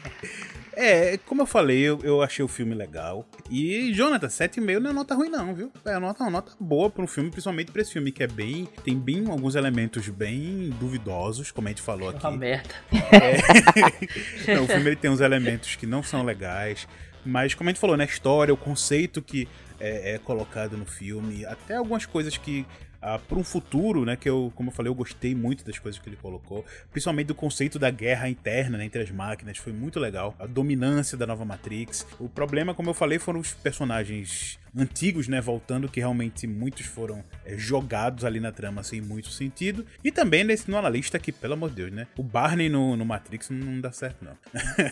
É, como eu falei, eu, eu achei o filme legal. E, Jonathan, sete vírgula cinco não é nota ruim não, viu? É uma nota, uma nota boa para um filme, principalmente pra esse filme, que é bem... Tem bem alguns elementos bem duvidosos, como a gente falou aqui. Uma merda. É. Não, o filme ele tem uns elementos que não são legais, mas como a gente falou, na história, o conceito que é, é colocado no filme, até algumas coisas que uh, para um futuro, né, que eu, como eu falei, eu gostei muito das coisas que ele colocou, principalmente do conceito da guerra interna, né, entre as máquinas, foi muito legal, a dominância da nova Matrix. O problema, como eu falei, foram os personagens antigos, né, voltando, que realmente muitos foram é, jogados ali na trama sem muito sentido, e também nesse no analista que, pelo amor de Deus, né, o Barney no, no Matrix não dá certo não.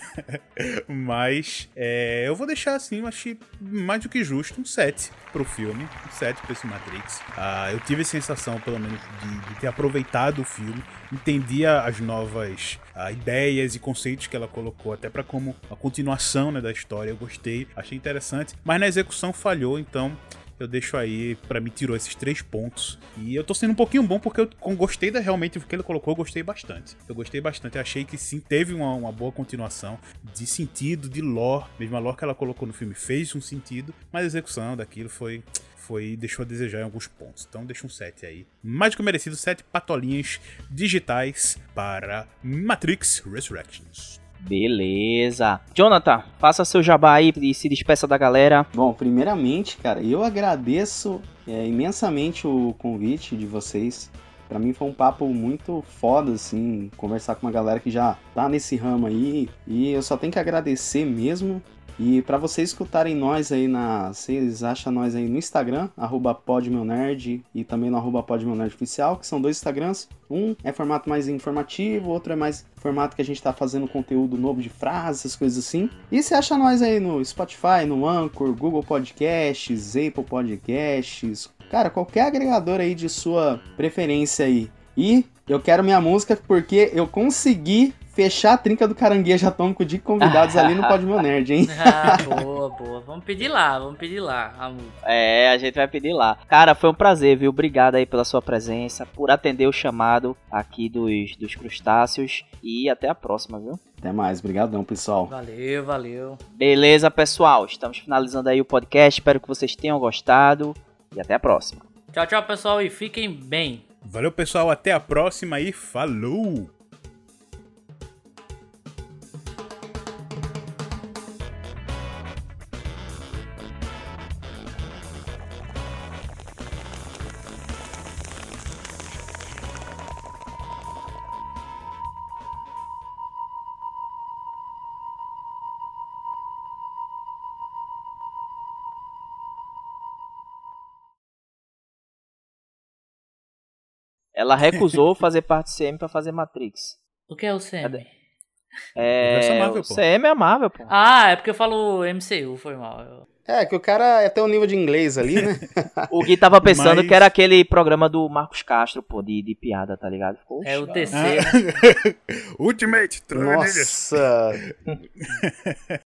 Mas é, eu vou deixar assim, eu achei mais do que justo um sete pro filme, um sete pra esse Matrix. Ah, eu tive a sensação, pelo menos, de, de ter aproveitado o filme, entendia as novas ah, ideias e conceitos que ela colocou, até pra como a continuação, né, da história, eu gostei, achei interessante, mas na execução falhou, então eu deixo aí, pra mim tirou esses três pontos. E eu tô sendo um pouquinho bom porque eu gostei da realmente o que ele colocou, eu gostei bastante. Eu gostei bastante, eu achei que sim, teve uma, uma boa continuação de sentido, de lore. Mesmo a lore que ela colocou no filme fez um sentido, mas a execução daquilo foi... foi deixou a desejar em alguns pontos. Então deixa um sete aí. Mais do que merecido, sete patolinhas digitais para Matrix Resurrections. Beleza. Jonathan, faça seu jabá aí e se despeça da galera. Bom, primeiramente, cara, eu agradeço é, imensamente o convite de vocês. Pra mim foi um papo muito foda, assim, conversar com uma galera que já tá nesse ramo aí. E eu só tenho que agradecer mesmo. E pra vocês escutarem nós aí na... Vocês acham nós aí no Instagram, arroba podmeunerd, e também no arroba podmeunerd_oficial, que são dois Instagrams. Um é formato mais informativo, o outro é mais formato que a gente tá fazendo conteúdo novo de frases, essas coisas assim. E você acha nós aí no Spotify, no Anchor, Google Podcasts, Apple Podcasts, cara, qualquer agregador aí de sua preferência aí. E eu quero minha música porque eu consegui fechar a trinca do Caranguejo Atômico de convidados ali no Pod Meu Nerd, hein? Ah, boa, boa. Vamos pedir lá, vamos pedir lá. Amor. É, a gente vai pedir lá. Cara, foi um prazer, viu? Obrigado aí pela sua presença, por atender o chamado aqui dos, dos crustáceos. E até a próxima, viu? Até mais, obrigadão, pessoal. Valeu, valeu. Beleza, pessoal. Estamos finalizando aí o podcast. Espero que vocês tenham gostado. E até a próxima. Tchau, tchau, pessoal. E fiquem bem. Valeu, pessoal. Até a próxima e falou! Ela recusou fazer parte do C M pra fazer Matrix. O que é o C M? É, Marvel, o C M é a Marvel, pô. Ah, é porque eu falo M C U, foi mal. Eu... É, que o cara é até um nível de inglês ali, né? O Gui tava pensando Mas... que era aquele programa do Marcos Castro, pô, de, de piada, tá ligado? Poxa, é o T C. Ah. Ultimate. Nossa!